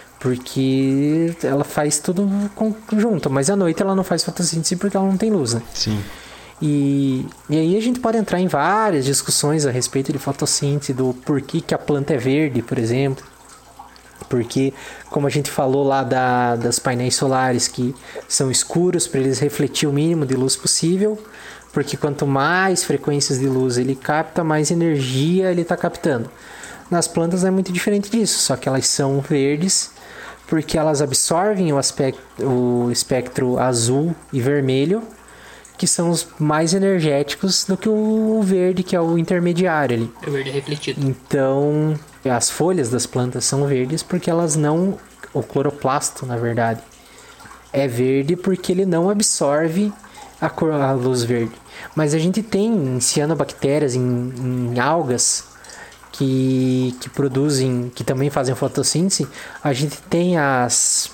Porque ela faz tudo junto, mas à noite ela não faz fotossíntese porque ela não tem luz, né? Sim. E, e aí a gente pode entrar em várias discussões a respeito de fotossíntese, do porquê que a planta é verde, por exemplo. Porque, como a gente falou lá da, das painéis solares que são escuros para eles refletir o mínimo de luz possível, porque quanto mais frequências de luz ele capta, mais energia ele está captando. Nas plantas é muito diferente disso, só que elas são verdes porque elas absorvem o, aspecto, o espectro azul e vermelho, que são os mais energéticos do que o verde, que é o intermediário ali. O verde refletido. Então, as folhas das plantas são verdes porque elas não... O cloroplasto, na verdade, é verde porque ele não absorve a, cor, a luz verde. Mas a gente tem cianobactérias em, em algas que, que produzem, que também fazem fotossíntese. A gente tem as...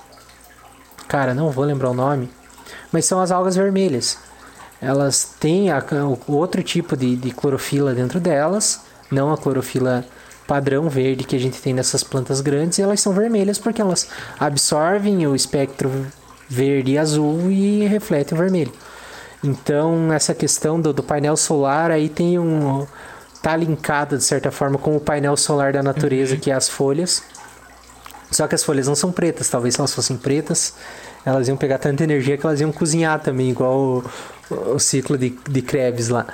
Cara, não vou lembrar o nome. Mas são as algas vermelhas. Elas têm a, o outro tipo de, de clorofila dentro delas, não a clorofila padrão verde que a gente tem nessas plantas grandes, e elas são vermelhas porque elas absorvem o espectro verde e azul e refletem o vermelho. Então, essa questão do, do painel solar aí tem um... tá linkada de certa forma com o painel solar da natureza, uhum. que é as folhas. Só que as folhas não são pretas, talvez se elas fossem pretas, elas iam pegar tanta energia que elas iam cozinhar também, igual o, o ciclo de, de Krebs lá.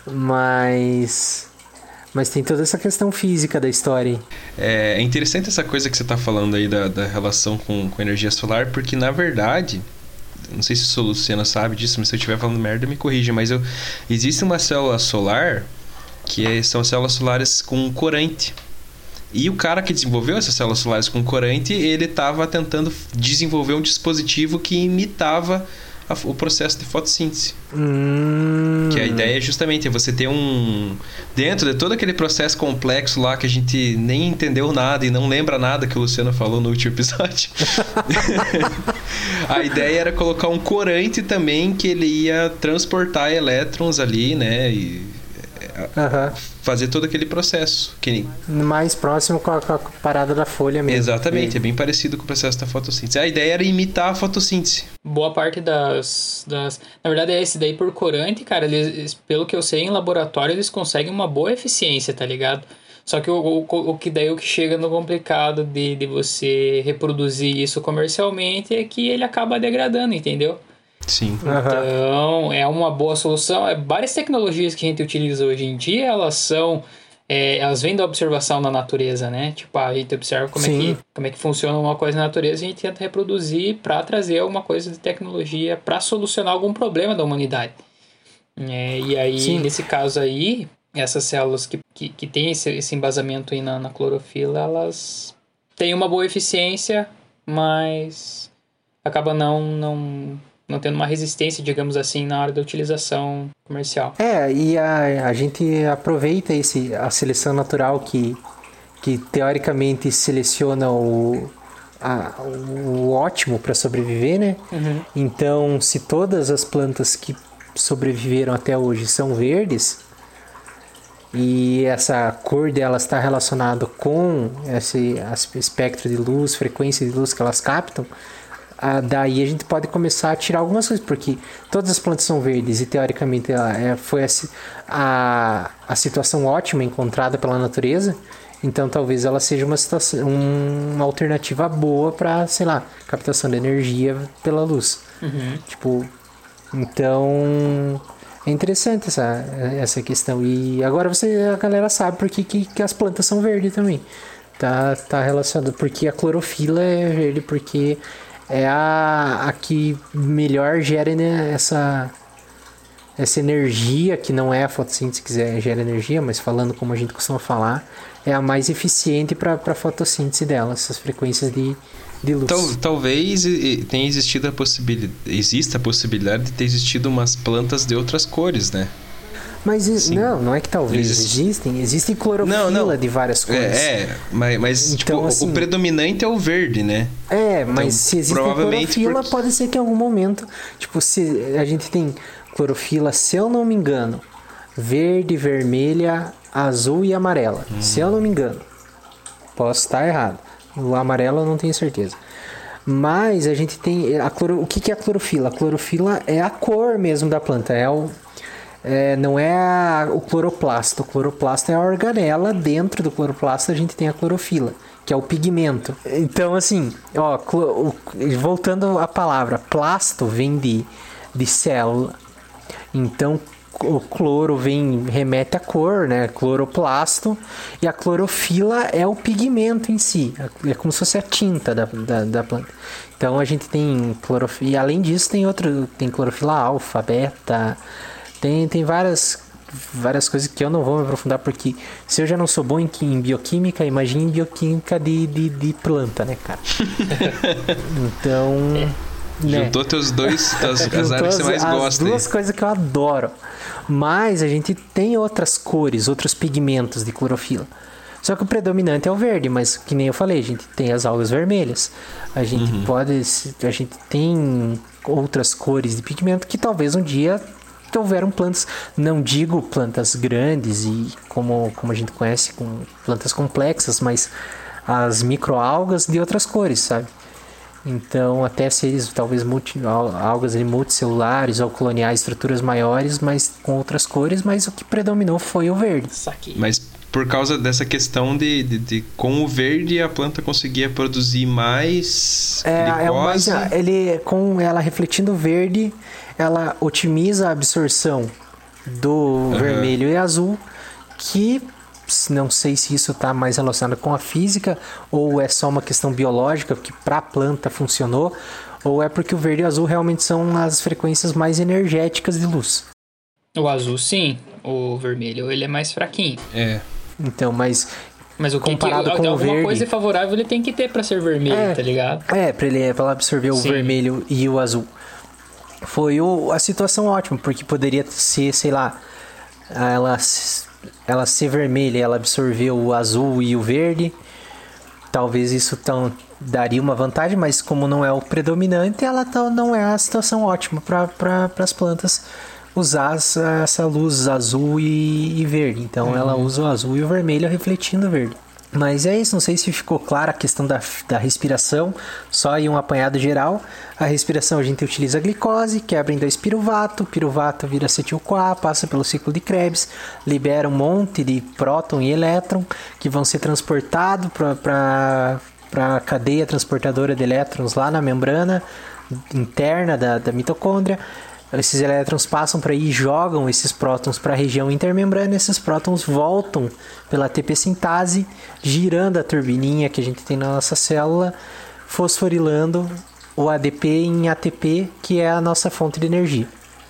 Mas, mas tem toda essa questão física da história. É interessante essa coisa que você está falando aí da, da relação com, com energia solar, porque na verdade, não sei se o Luciano sabe disso, mas se eu estiver falando merda me corrija, mas eu, existe uma célula solar que é, são células solares com corante. E o cara que desenvolveu essas células solares com corante, ele estava tentando desenvolver um dispositivo que imitava a, o processo de fotossíntese. Hum. Que a ideia é justamente você ter um... Dentro de todo aquele processo complexo lá que a gente nem entendeu nada e não lembra nada que o Luciano falou no último episódio. A ideia era colocar um corante também que ele ia transportar elétrons ali, né? E Uhum. fazer todo aquele processo. Que... Mais próximo com a, com a parada da folha mesmo. Exatamente, e... é bem parecido com o processo da fotossíntese. A ideia era imitar a fotossíntese. Boa parte das, das... Na verdade, é esse daí por corante, cara, eles, pelo que eu sei, em laboratório eles conseguem uma boa eficiência, tá ligado? Só que o, o, o que daí o que chega no complicado de, de você reproduzir isso comercialmente é que ele acaba degradando, entendeu? Sim. Então, é uma boa solução. É, várias tecnologias que a gente utiliza hoje em dia, elas são... É, elas vêm da observação na natureza, né? Tipo, a gente observa como é, que, como é que funciona uma coisa na natureza e a gente tenta reproduzir para trazer alguma coisa de tecnologia para solucionar algum problema da humanidade. É, e aí, Sim. nesse caso aí, essas células que, que, que têm esse, esse embasamento aí na, na clorofila, elas têm uma boa eficiência, mas acaba não... não não tendo uma resistência, digamos assim, na hora da utilização comercial. É, e a, a gente aproveita esse, a seleção natural que, que teoricamente seleciona o, a, o ótimo para sobreviver, né? Uhum. Então, se todas as plantas que sobreviveram até hoje são verdes, e essa cor delas está relacionada com esse espectro de luz, frequência de luz que elas captam, Ah, daí a gente pode começar a tirar algumas coisas, porque todas as plantas são verdes e teoricamente ela, é, foi a, a, a situação ótima encontrada pela natureza, então talvez ela seja uma, situação, uma alternativa boa para, sei lá, captação de energia pela luz. Uhum. Tipo, então é interessante essa, essa questão. E agora você, a galera sabe por que, que, que as plantas são verdes também. Tá, tá relacionado, porque a clorofila é verde, porque é a, a que melhor gera, né, essa, essa energia, que não é a fotossíntese que gera energia, mas falando como a gente costuma falar, é a mais eficiente para a fotossíntese dela, essas frequências de, de luz. Tal, talvez tenha existido a possibilidade, exista a possibilidade de ter existido umas plantas de outras cores, né? Mas Sim. não, não é que talvez Existe. existem, existem clorofila não, não. de várias cores. É, é mas, mas então, tipo, assim, o predominante é o verde, né? É, mas então, se existe clorofila, porque... pode ser que em algum momento, tipo, se a gente tem clorofila, se eu não me engano, verde, vermelha, azul e amarela. Hum. Se eu não me engano. Posso estar errado. O amarelo eu não tenho certeza. Mas a gente tem... A cloro... O que, que é a clorofila? A clorofila é a cor mesmo da planta, é o... É, não é a, o cloroplasto. O cloroplasto é a organela. Dentro do cloroplasto a gente tem a clorofila, que é o pigmento. Então, assim, ó, cloro, voltando à palavra, plasto vem de, de célula. Então, o cloro vem, remete à cor, né? Cloroplasto. E a clorofila é o pigmento em si. É como se fosse a tinta da, da, da planta. Então, a gente tem clorofila. E além disso, tem outro, tem clorofila alfa, beta... Tem, tem várias, várias coisas que eu não vou me aprofundar, porque se eu já não sou bom em, em bioquímica, imagine em bioquímica de, de, de planta, né, cara? Então... É. Né? Juntou teus dois, as, as áreas que você mais as gosta. As duas aí. Coisas que eu adoro. Mas a gente tem outras cores, outros pigmentos de clorofila. Só que o predominante é o verde, mas que nem eu falei, a gente tem as algas vermelhas. A gente uhum. pode... A gente tem outras cores de pigmento que talvez um dia... houveram plantas, não digo plantas grandes e como, como a gente conhece, com plantas complexas, mas as microalgas de outras cores, sabe? Então, até seres talvez multi, algas multicelulares ou coloniais, estruturas maiores, mas com outras cores, mas o que predominou foi o verde. Mas por causa dessa questão de, de, de com o verde a planta conseguia produzir mais é, glicose. É mais, ele, com ela refletindo verde, ela otimiza a absorção do uhum. vermelho e azul, que não sei se isso está mais relacionado com a física ou é só uma questão biológica, que para a planta funcionou, ou é porque o verde e o azul realmente são as frequências mais energéticas de luz. O azul sim, o vermelho ele é mais fraquinho. É. Então, mas... Mas o que comparado que, com alguma o verde, coisa favorável ele tem que ter para ser vermelho, é, tá ligado? É, para ele, pra ela absorver sim. o vermelho e o azul. foi o, a situação ótima, porque poderia ser, sei lá, ela, ela ser vermelha, ela absorveu o azul e o verde. Talvez isso tão, daria uma vantagem, mas como não é o predominante, ela tão, não é a situação ótima para pra, as plantas usar essa, essa luz azul e, e verde. Então uhum. ela usa o azul e o vermelho refletindo o verde. Mas é isso, não sei se ficou clara a questão da, da respiração, só em um apanhado geral. A respiração a gente utiliza a glicose, quebra em dois piruvato, o piruvato vira acetil-CoA, passa pelo ciclo de Krebs, libera um monte de próton e elétron que vão ser transportados para a cadeia transportadora de elétrons lá na membrana interna da, da mitocôndria. Esses elétrons passam para aí e jogam esses prótons para a região intermembrana. Esses prótons voltam pela A T P sintase, girando a turbininha que a gente tem na nossa célula, fosforilando o A D P em A T P, que é a nossa fonte de energia.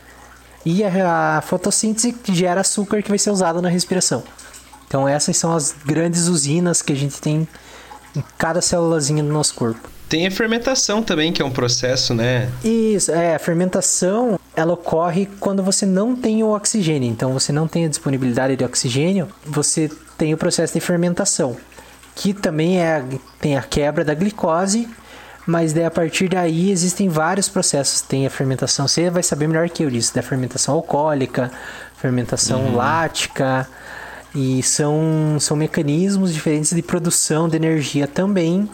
E a, a fotossíntese gera açúcar que vai ser usado na respiração. Então essas são as grandes usinas que a gente tem em cada célulazinha do nosso corpo. Tem a fermentação também, que é um processo, né? Isso, é, a fermentação, ela ocorre quando você não tem o oxigênio. Então, você não tem a disponibilidade de oxigênio, você tem o processo de fermentação, que também é, tem a quebra da glicose, mas daí, a partir daí existem vários processos. Tem a fermentação, você vai saber melhor que eu disso, da fermentação alcoólica, fermentação uhum. lática, e são, são mecanismos diferentes de produção de energia também,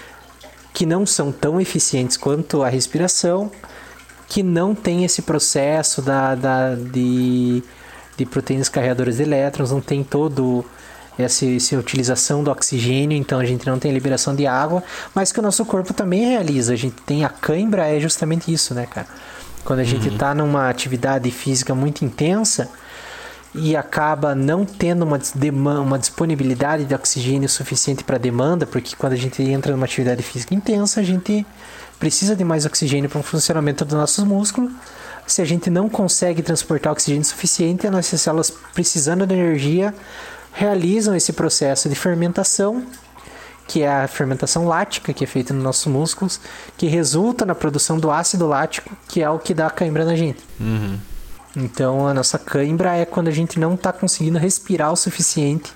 que não são tão eficientes quanto a respiração, que não tem esse processo da, da, de, de proteínas carregadoras de elétrons, não tem todo essa, essa utilização do oxigênio, então a gente não tem liberação de água, mas que o nosso corpo também realiza. A gente tem a cãibra, é justamente isso, né, cara? Quando a uhum. gente está numa atividade física muito intensa e acaba não tendo uma, uma disponibilidade de oxigênio suficiente para a demanda, porque quando a gente entra numa atividade física intensa, a gente precisa de mais oxigênio para o funcionamento dos nossos músculos. Se a gente não consegue transportar oxigênio suficiente, as nossas células, precisando de energia, realizam esse processo de fermentação, que é a fermentação lática, que é feita nos nossos músculos, que resulta na produção do ácido lático, que é o que dá a cãibra na gente. Uhum. Então, a nossa cãibra é quando a gente não está conseguindo respirar o suficiente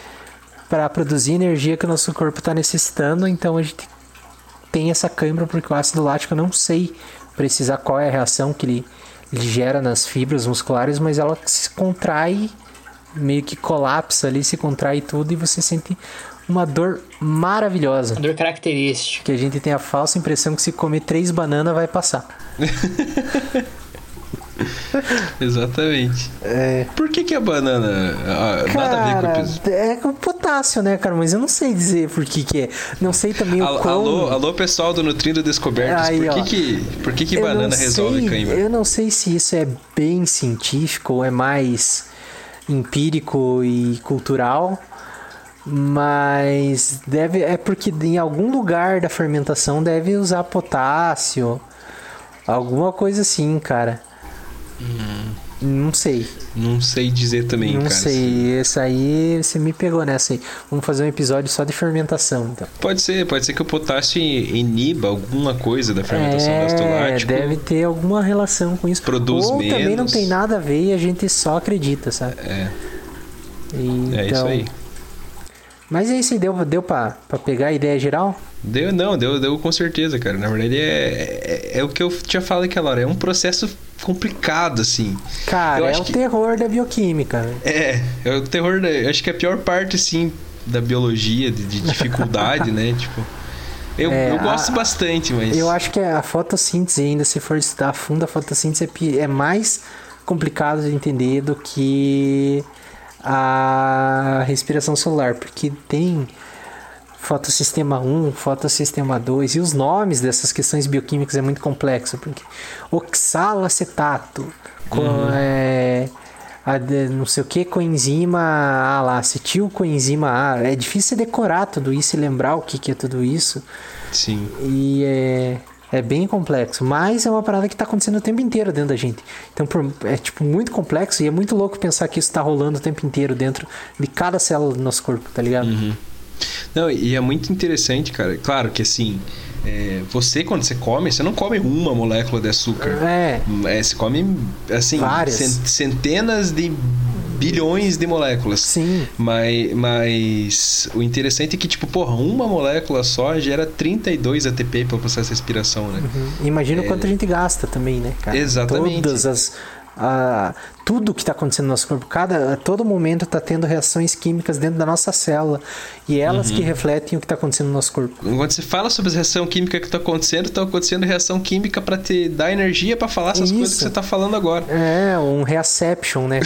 para produzir a energia que o nosso corpo está necessitando. Então, a gente tem essa cãibra porque o ácido lático, eu não sei precisar qual é a reação que ele, ele gera nas fibras musculares, mas ela se contrai, meio que colapsa ali, se contrai tudo e você sente uma dor maravilhosa. Uma dor característica. Que a gente tem a falsa impressão que se comer três bananas vai passar. Exatamente. É... Por que que a banana... Ah, cara, nada a ver com o episódio. É com potássio, né, cara? Mas eu não sei dizer por que que é. Não sei também o Al- quão... Alô, alô, pessoal do Nutrindo Descobertos. Aí, por que ó, que, por que, que banana sei, resolve cãibra? Eu não sei se isso é bem científico ou é mais empírico e cultural, mas deve, é porque em algum lugar da fermentação deve usar potássio, alguma coisa assim, cara. Hum. Não sei. Não sei dizer também, não cara. Não sei, esse aí você me pegou nessa aí. Vamos fazer um episódio só de fermentação, então. Pode ser, pode ser que o potássio iniba alguma coisa da fermentação é, do ácido lático. Deve ter alguma relação com isso. Produz Ou menos. também não tem nada a ver e a gente só acredita, sabe? É. Então, é isso aí. Mas é isso aí, deu, deu pra, pra pegar a ideia geral? Deu, não, deu, deu com certeza, cara. Na verdade, é, é, é o que eu tinha falado aquela hora. É um processo complicado, assim. Cara, eu é acho o que... terror da bioquímica. É, é o terror da... Eu acho que é a pior parte, sim, da biologia, de, de dificuldade, né? Tipo... Eu, é, eu gosto a, bastante, mas... Eu acho que a fotossíntese ainda, se for estudar a fundo, a fotossíntese é, é mais complicado de entender do que a respiração celular, porque tem fotossistema um, fotossistema dois, e os nomes dessas questões bioquímicas é muito complexo, porque oxalacetato, uhum. é, a, não sei o que, coenzima A lá, acetilcoenzima A, é difícil decorar tudo isso e lembrar o que, que é tudo isso. Sim. E é... É bem complexo, mas é uma parada que está acontecendo o tempo inteiro dentro da gente. Então é tipo muito complexo e é muito louco pensar que isso está rolando o tempo inteiro dentro de cada célula do nosso corpo, tá ligado? Uhum. Não, e é muito interessante, cara. Claro que assim, é, você quando você come, você não come uma molécula de açúcar. É. É, você come, assim, Várias. centenas de bilhões de moléculas. Sim. Mas, mas o interessante é que, tipo, porra, uma molécula só gera trinta e dois A T P para o processo de respiração, né? Uhum. Imagina o quanto a gente gasta também, né, cara? Exatamente. Todas as... A, tudo que está acontecendo no nosso corpo, cada, a todo momento está tendo reações químicas dentro da nossa célula e elas Uhum. que refletem o que está acontecendo no nosso corpo. Quando você fala sobre a reação química que está acontecendo, está acontecendo reação química para te dar energia para falar essas Isso. coisas que você está falando agora. É, um reaception, né?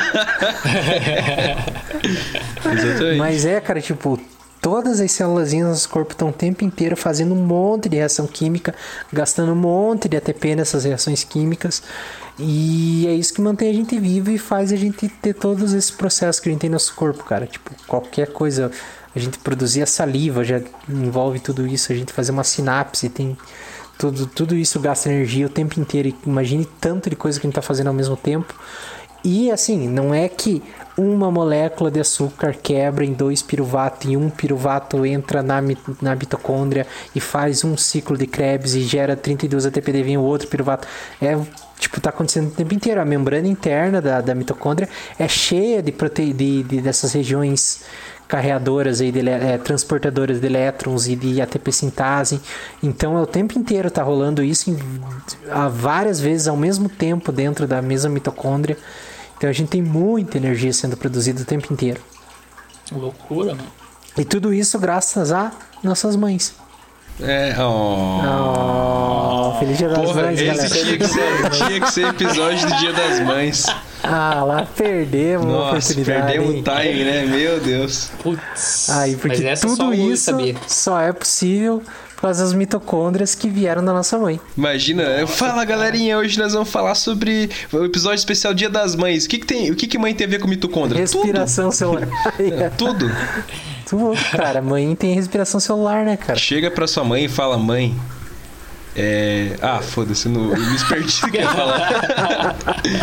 Exatamente. Mas é, cara, tipo, todas as células do nosso corpo estão o tempo inteiro fazendo um monte de reação química, gastando um monte de A T P nessas reações químicas. E é isso que mantém a gente vivo e faz a gente ter todos esses processos que a gente tem no nosso corpo, cara. Tipo, qualquer coisa, a gente produzir a saliva já envolve tudo isso, a gente fazer uma sinapse, tem tudo, tudo isso gasta energia o tempo inteiro. E imagine tanto de coisa que a gente tá fazendo ao mesmo tempo. E assim, não é que uma molécula de açúcar quebra em dois piruvatos e um piruvato entra na, na mitocôndria e faz um ciclo de Krebs e gera trinta e dois A T P, daí vem o outro piruvato. É, tipo, tá acontecendo o tempo inteiro. A membrana interna da, da mitocôndria é cheia de, prote... de, de dessas regiões carreadoras aí, de, é, transportadoras de elétrons e de A T P sintase. Então é o tempo inteiro tá rolando isso em, a várias vezes ao mesmo tempo dentro da mesma mitocôndria. Então a gente tem muita energia sendo produzida o tempo inteiro. Loucura, mano. E tudo isso graças a nossas mães. É, ó. Oh, feliz Dia das Porra, Mães, galera. esse tinha que, ser, tinha que ser episódio do Dia das Mães. Ah, lá perdemos uma Nossa, oportunidade. perdemos o hein? timing, né? Meu Deus. Putz. Aí, porque Mas essa só tudo o Lula isso sabia. só é possível por causa das mitocôndrias que vieram da nossa mãe. Imagina, fala galerinha, hoje nós vamos falar sobre o episódio especial Dia das Mães. O que, que tem? O que, que mãe tem a ver com mitocôndria? Respiração celular. Tudo. Tudo, cara. Mãe tem respiração celular, né, cara? Chega pra sua mãe e fala, mãe. É... Ah, foda-se, eu não... eu me perdi o que eu ia falar.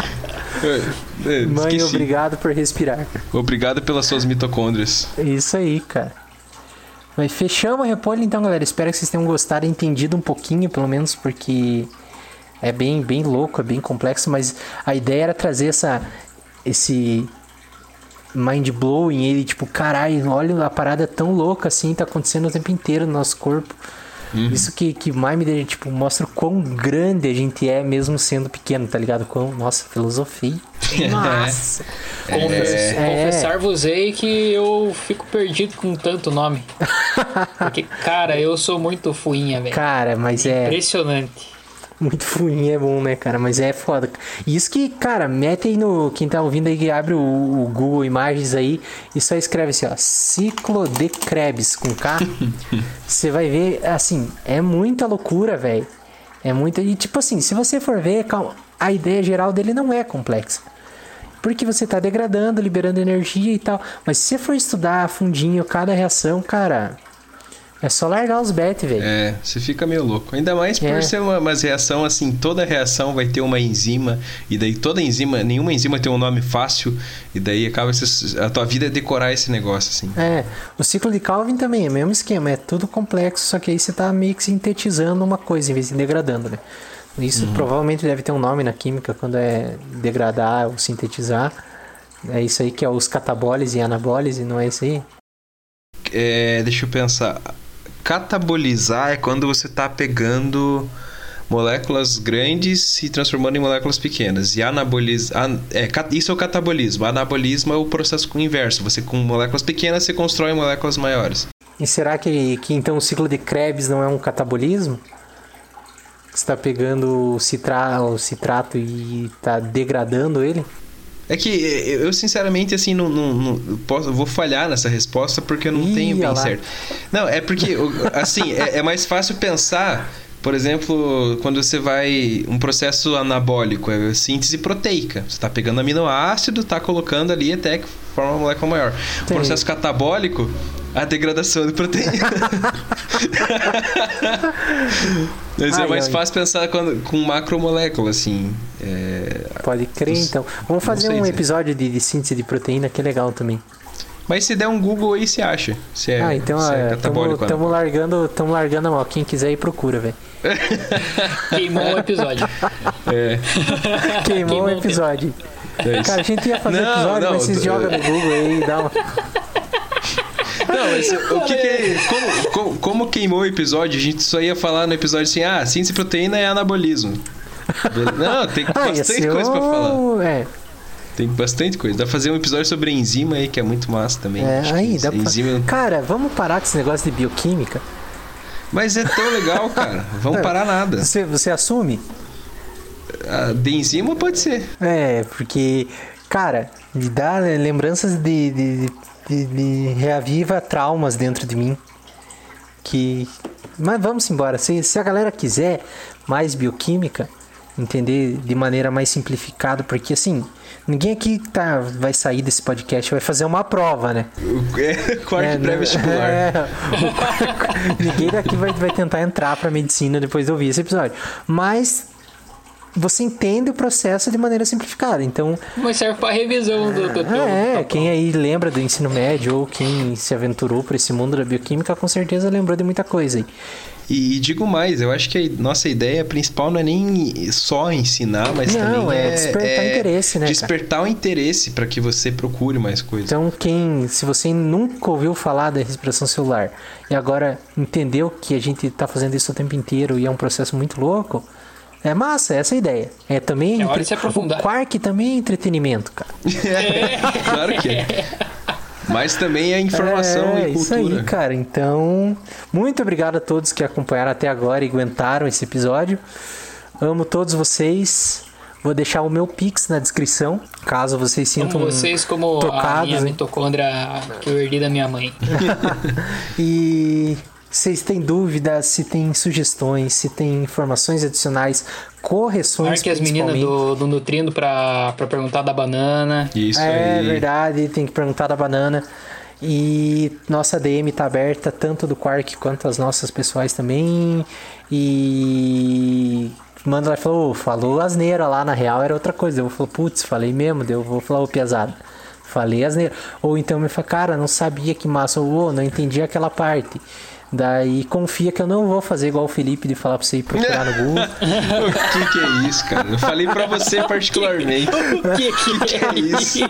É, é, Mãe, esqueci. obrigado por respirar. Obrigado pelas suas mitocôndrias. Isso aí, cara. Mas fechamos a repolho então, galera. Espero que vocês tenham gostado e entendido um pouquinho, pelo menos, porque é bem, bem louco, é bem complexo, mas a ideia era trazer essa, esse mind-blowing, ele tipo, caralho, olha a parada tão louca assim, tá acontecendo o tempo inteiro no nosso corpo. Uhum. Isso que, que mais me deixa, tipo, mostra o quão grande a gente é mesmo sendo pequeno, tá ligado? Quão, nossa, filosofia. Nossa. É. Confess, É. Confessar-vos-ei que eu fico perdido com tanto nome. Porque, cara, eu sou muito fuinha, velho. Cara, mas é... Impressionante. Muito fuinho é bom, né, cara? Mas é foda. Isso que, cara, mete aí no... Quem tá ouvindo aí, que abre o, o Google Imagens aí e só escreve assim, ó. Ciclo de Krebs, com K. Você vai ver, assim, é muita loucura, velho. É muita... E, tipo assim, se você for ver, a ideia geral dele não é complexa. Porque você tá degradando, liberando energia e tal. Mas se você for estudar a fundinho cada reação, cara... É só largar os bet, velho. É, você fica meio louco. Ainda mais por É. ser uma, uma reação assim, toda reação vai ter uma enzima, e daí toda enzima, nenhuma enzima tem um nome fácil, e daí acaba esse, a tua vida é decorar esse negócio, assim. É, o ciclo de Calvin também é o mesmo esquema, é tudo complexo, só que aí você tá meio que sintetizando uma coisa em vez de degradando, né? Isso Uhum. provavelmente deve ter um nome na química quando é degradar ou sintetizar. É isso aí que é os catabólise e anabólise, não é isso aí? É, deixa eu pensar. Catabolizar é quando você está pegando moléculas grandes e transformando em moléculas pequenas. E anabolizar... É, isso é o catabolismo. Anabolismo é o processo inverso. Você, com moléculas pequenas, você constrói moléculas maiores. E será que, que então o ciclo de Krebs não é um catabolismo? Você está pegando o, citra, o citrato e está degradando ele? É que eu, sinceramente, assim, não, não, não posso, eu vou falhar nessa resposta porque eu não Ih, tenho bem olha lá. certo. Não, é porque, assim, é, é mais fácil pensar, por exemplo, quando você vai... Um processo anabólico, é síntese proteica. Você está pegando aminoácido, está colocando ali até que forma uma molécula maior. O Tem. processo catabólico, a degradação de proteína. Mas é Ai, mais ai. fácil pensar quando, com macromolécula, assim. É... Pode crer, então. Vamos fazer sei um dizer. episódio de, de síntese de proteína, que é legal também. Mas se der um Google aí, se acha. Se é, ah, então se é estamos catabólico. largando, tamo largando a mão. Quem quiser ir, procura, velho. Queimou o episódio. É. Queimou, Queimou o episódio. É Cara, a gente ia fazer não, episódio, não, mas vocês jogam no Google aí e dá uma... Não, mas o que que é, como, como, como queimou o episódio, a gente só ia falar no episódio assim, ah, síntese proteína é anabolismo. Não, tem ah, bastante coisa pra falar. É. Tem bastante coisa. Dá pra fazer um episódio sobre enzima aí, que é muito massa também. É, aí, dá enzima... pra... Cara, vamos parar com esse negócio de bioquímica? Mas é tão legal, cara. Vamos é, parar nada. Você, você assume? Ah, de enzima pode ser. É, porque, cara, me dá lembranças de... de, de, de reaviva traumas dentro de mim. Que... Mas vamos embora. Se, se a galera quiser mais bioquímica, entender de maneira mais simplificada, porque assim... Ninguém aqui tá, vai sair desse podcast, vai fazer uma prova, né? É, quarto é, pré-vestibular. É, ninguém daqui vai, vai tentar entrar pra medicina depois de ouvir esse episódio. Mas você entende o processo de maneira simplificada, então... Mas serve pra revisão do... do, do é, do... quem aí lembra do ensino médio ou quem se aventurou por esse mundo da bioquímica, com certeza lembrou de muita coisa aí. E, e digo mais, eu acho que a nossa ideia principal não é nem só ensinar, mas não, também é, é despertar é interesse, né, despertar cara? o interesse para que você procure mais coisas. Então, quem, se você nunca ouviu falar da respiração celular e agora entendeu que a gente tá fazendo isso o tempo inteiro e é um processo muito louco, é massa, essa é a ideia. É também é hora de se aprofundar. O Quark também é entretenimento, cara. É, claro que é. Mas também é informação é, e cultura. É isso aí, cara. Então, muito obrigado a todos que acompanharam até agora e aguentaram esse episódio. Amo todos vocês. Vou deixar o meu Pix na descrição, caso vocês sintam como vocês, como tocados, a minha hein? mitocôndria que eu herdei da minha mãe. E... vocês têm dúvidas, se tem sugestões, se tem informações adicionais, correções. Marque as meninas do, do Nutrindo pra, pra perguntar da banana. Isso é aí. É verdade, tem que perguntar da banana. E nossa D M tá aberta, tanto do Quark quanto as nossas pessoais também. E manda lá e falou, falou asneira lá, na real era outra coisa. Eu vou falar, putz, falei mesmo, eu vou falar, ô piazada. Falei asneira. Ou então me fala, cara, não sabia que massa, ou oh, não entendi aquela parte. Daí confia que eu não vou fazer igual o Felipe de falar pra você ir procurar no Google. O que que é isso, cara? Eu falei pra você particularmente. O que que, que, que é isso?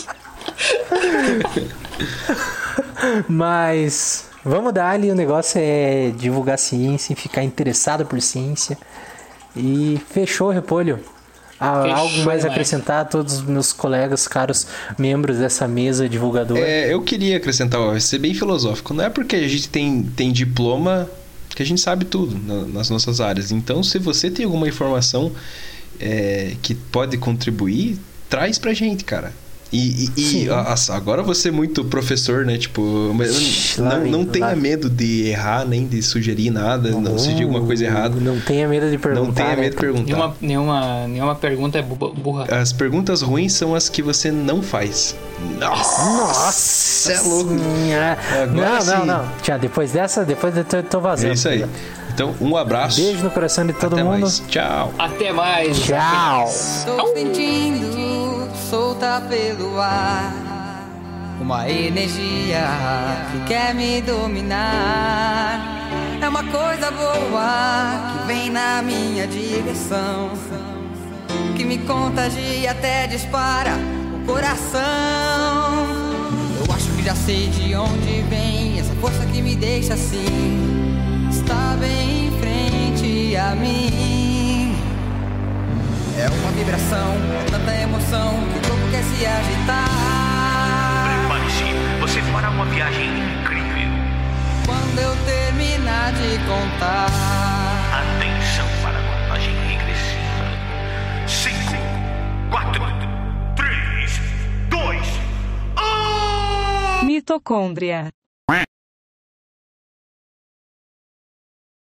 Mas vamos dar ali, o negócio é divulgar ciência e ficar interessado por ciência. E fechou, Repolho. Há algo mais a acrescentar a todos os meus colegas, caros membros dessa mesa divulgadora? É, eu queria acrescentar, ó, vai ser bem filosófico. Não é porque a gente tem, tem diploma que a gente sabe tudo na, nas nossas áreas. Então, se você tem alguma informação é, que pode contribuir, traz pra gente, cara. E, e, e a, a, agora você é muito professor, né? Tipo, mas não, não tenha medo de errar, nem de sugerir nada, não, não sugerir alguma coisa errada. Não tenha medo de perguntar. Não tenha medo de perguntar. Nenhuma, nenhuma, nenhuma pergunta é burra. As perguntas ruins são as que você não faz. Nossa! Nossa! É louco! Agora não, sim. não, não. Tchau, depois dessa, depois eu tô, tô vazando. É isso aí. Então, um abraço. Beijo no coração de todo Até mundo. Mais. Tchau. Até mais. Tchau. Estou sentindo solta pelo ar uma energia que quer me dominar. É uma coisa boa que vem na minha direção, que me contagia até dispara o coração. Eu acho que já sei de onde vem essa força que me deixa assim. Está bem em frente a mim. É uma vibração, é tanta emoção que o corpo quer se agitar. Prepare-se, você fará uma viagem incrível. Quando eu terminar de contar, atenção para a contagem regressiva. Cinco, quatro, três, dois, um. Mitocôndria.